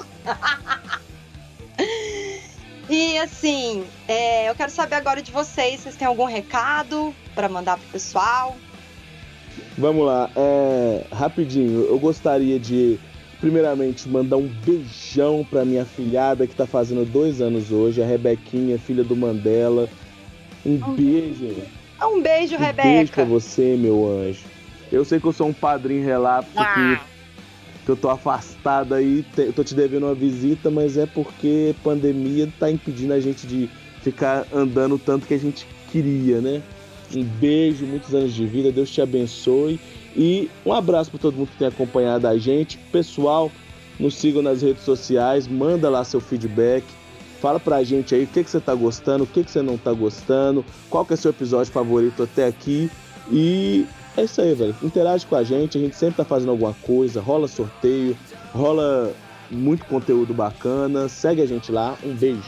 B: E, assim, eu quero saber agora de vocês. Vocês têm algum recado para mandar pro pessoal?
F: Vamos lá. Rapidinho, eu gostaria de... primeiramente, mandar um beijão pra minha filhada que tá fazendo 2 anos hoje, a Rebequinha, filha do Mandela. Um beijo.
B: Um beijo, Rebeca.
F: Um beijo pra você, meu anjo. Eu sei que eu sou um padrinho relapso, que eu tô afastado aí, tô te devendo uma visita, mas é porque pandemia tá impedindo a gente de ficar andando o tanto que a gente queria, né? Um beijo, muitos anos de vida, Deus te abençoe. E um abraço para todo mundo que tem acompanhado a gente. Pessoal, nos sigam nas redes sociais, manda lá seu feedback. Fala pra gente aí o que você tá gostando, o que você não tá gostando, qual que é seu episódio favorito até aqui. E é isso aí, velho. Interage com a gente sempre tá fazendo alguma coisa, rola sorteio, rola muito conteúdo bacana. Segue a gente lá, um beijo.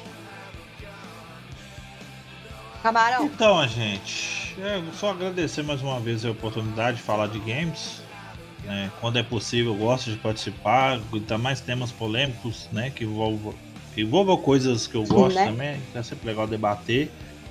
B: Camarão.
I: Então, gente, só agradecer mais uma vez a oportunidade de falar de games. Né? Quando é possível, eu gosto de participar, dar mais temas polêmicos, né? Que envolvam coisas que eu gosto, né? Também. É sempre legal debater.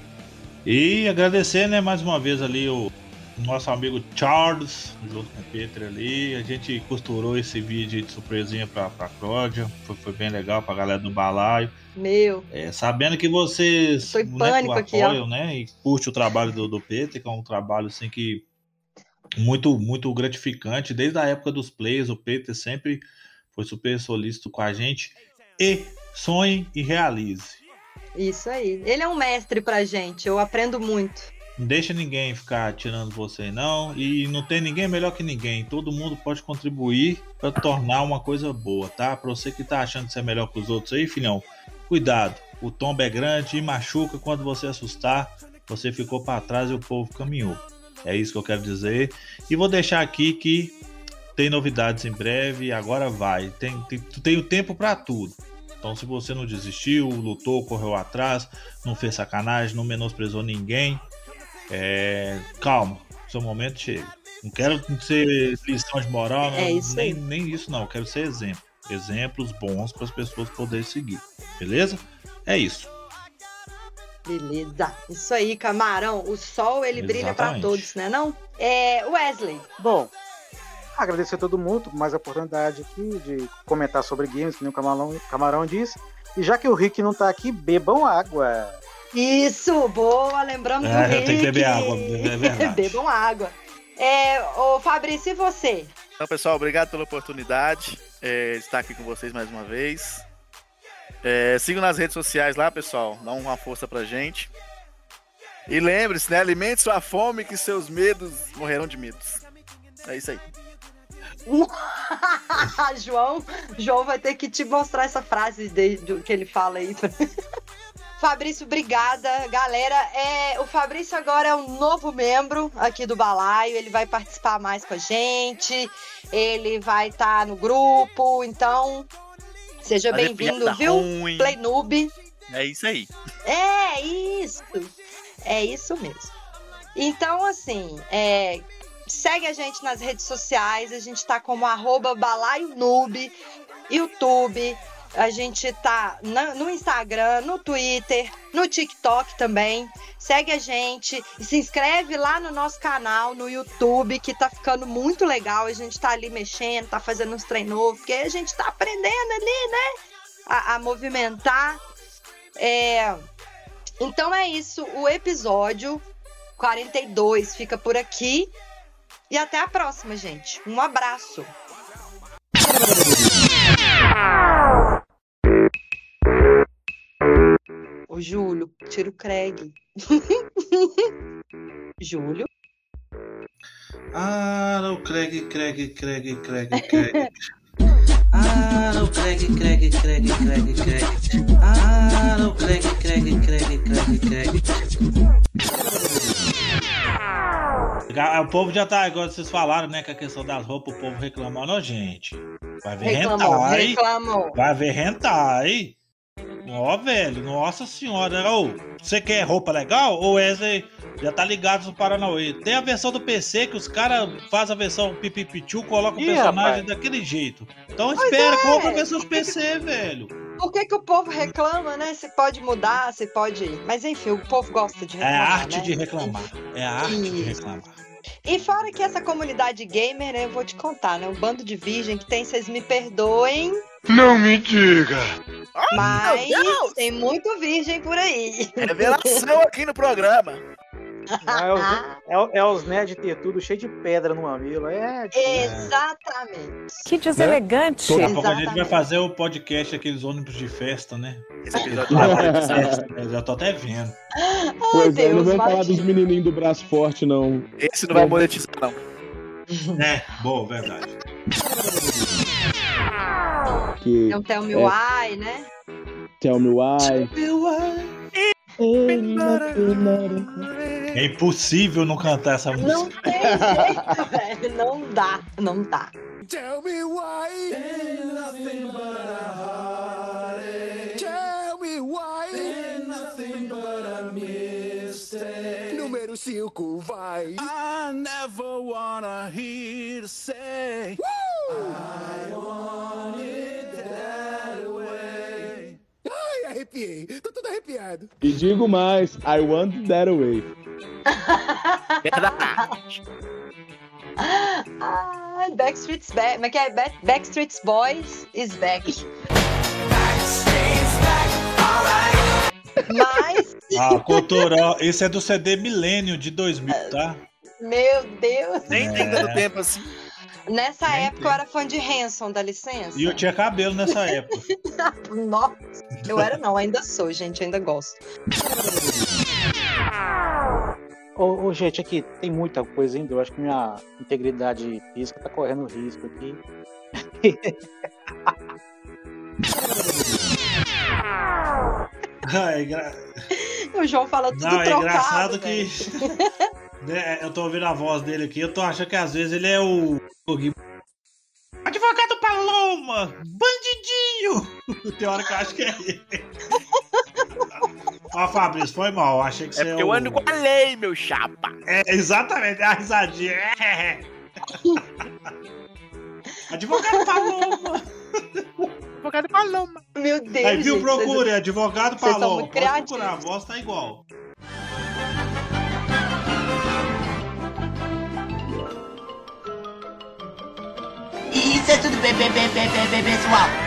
I: E agradecer, né, mais uma vez ali o nosso amigo Charles, junto com o Peter ali. A gente costurou esse vídeo de surpresinha pra Cláudia. Foi bem legal pra galera do Balaio. Sabendo que vocês apoiam, né, e curte o trabalho do Peter, que é um trabalho assim que muito, muito gratificante. Desde a época dos plays, o Peter sempre foi super solícito com a gente. E sonhe e realize.
B: Isso aí. Ele é um mestre pra gente, eu aprendo muito.
I: Não deixa ninguém ficar tirando você, não. E não tem ninguém melhor que ninguém. Todo mundo pode contribuir para tornar uma coisa boa, tá? Pra você que tá achando que você é melhor que os outros aí, filhão, cuidado. O tombo é grande e machuca. Quando você assustar, você ficou para trás e o povo caminhou. É isso que eu quero dizer. E vou deixar aqui que tem novidades em breve. Agora vai. Tem o tempo para tudo. Então, se você não desistiu, lutou, correu atrás, não fez sacanagem, não menosprezou ninguém, calma, seu momento chega. Não quero ser lição de moral, nem isso não, eu quero ser exemplo. Exemplos bons para as pessoas poderem seguir, beleza? É isso.
B: Beleza, isso aí, Camarão. O sol, ele brilha para todos, né não? Wesley.
L: Bom, agradecer a todo mundo por mais a oportunidade aqui de comentar sobre games, que nem o Camarão disse. E já que o Rick não tá aqui, bebam água.
B: Isso, boa, lembramos do Rick.
I: Tem que beber água, é verdade.
B: Bebam água. Ô Fabrício, e você?
G: Então, pessoal, obrigado pela oportunidade de estar aqui com vocês mais uma vez. Sigam nas redes sociais lá, pessoal. Dá uma força pra gente. E lembre-se, né? Alimente sua fome que seus medos morrerão de medos. É isso aí.
B: João vai ter que te mostrar essa frase que ele fala aí. Fabrício, obrigada. Galera, o Fabrício agora é um novo membro aqui do Balaio. Ele vai participar mais com a gente. Ele vai estar no grupo. Então, seja bem-vindo, viu? Play Noob.
G: É isso aí.
B: É isso. É isso mesmo. Então, assim, segue a gente nas redes sociais. A gente tá como @balaionoob, YouTube. A gente tá no Instagram, no Twitter, no TikTok também. Segue a gente e se inscreve lá no nosso canal no YouTube, que tá ficando muito legal. A gente tá ali mexendo, tá fazendo uns treinos, porque a gente tá aprendendo ali, né? A movimentar. Então é isso. O episódio 42 fica por aqui. E até a próxima, gente. Um abraço. Ô, Júlio, tira o Craig. Júlio.
I: Ah, o Craig. Ah, o Craig. Ah, o Craig. O povo já tá, igual vocês falaram, né, com a questão das roupas, o povo reclamando, ó, gente. Vai ver
B: Reclamou.
I: Vai ver hentai. Ó, velho, nossa senhora. Ô, você quer roupa legal? Ou Wesley já tá ligado no Paranauê? Tem a versão do PC que os caras fazem a versão Pipipichu, colocam o personagem daquele jeito. Então espera, compra a versão do PC, velho.
B: Por que o povo reclama, né? Você pode mudar, você pode... Mas enfim, o povo gosta de reclamar,
I: É a arte,
B: né?
I: de reclamar. É a arte de reclamar.
B: E fora que essa comunidade gamer, né, eu vou te contar, né? Um bando de virgem que tem, vocês me perdoem.
M: Não me diga!
B: Mas tem muito virgem por aí.
G: Revelação aqui no programa.
L: É os nerds ter tudo cheio de pedra no mamilo.
B: Exatamente.
O: Que deselegante.
I: Daqui a pouco a gente vai fazer o podcast, aqueles ônibus de festa, né?
G: Esse episódio vai
I: Eu já tô até vendo.
U: Pois é, não vamos falar dos menininhos do braço forte, não.
G: Esse não vai monetizar, não.
I: É, boa, verdade.
B: É um Tell Me Why, né?
U: Tell Me Why.
I: É impossível não cantar essa música.
B: Não tem jeito, velho. Não dá.
M: Tell me why. Ain't nothing but a heartache. Tell me why. Ain't nothing but a mistake. Número 5, vai. I never wanna hear you say. I want it that way. Ai, arrepiei. Tô todo arrepiado.
U: E digo mais, I want that way.
B: Backstreet's back. Mas que é Backstreet's Boys is back. Mas...
I: cultural. Esse é do CD Millennium de 2000, tá?
B: Meu Deus.
G: Nem tem tanto tempo assim.
B: Nessa época eu era fã de Hanson, dá licença.
I: E eu tinha cabelo nessa época.
B: Nossa, eu era não, ainda sou, gente, ainda gosto.
L: Ô, gente, aqui tem muita coisa ainda. Eu acho que minha integridade física tá correndo risco aqui.
B: O João fala tudo trocado.
I: Não, é engraçado que... né, eu tô ouvindo a voz dele aqui, eu tô achando que às vezes ele é o... Advogado Paloma! Bandidinho! Tem hora que eu acho que é ele. Ó, Fabrício, foi mal, achei que você
G: porque eu ando com a lei, meu chapa.
I: É, exatamente, a risadinha. Advogado Paloma!
G: Advogado Paloma.
B: Meu Deus,
I: aí, viu,
B: gente,
I: procure, Advogado Paloma. Pode
B: criativos.
I: procurar, a voz tá igual.
V: Isso é tudo bem, pessoal.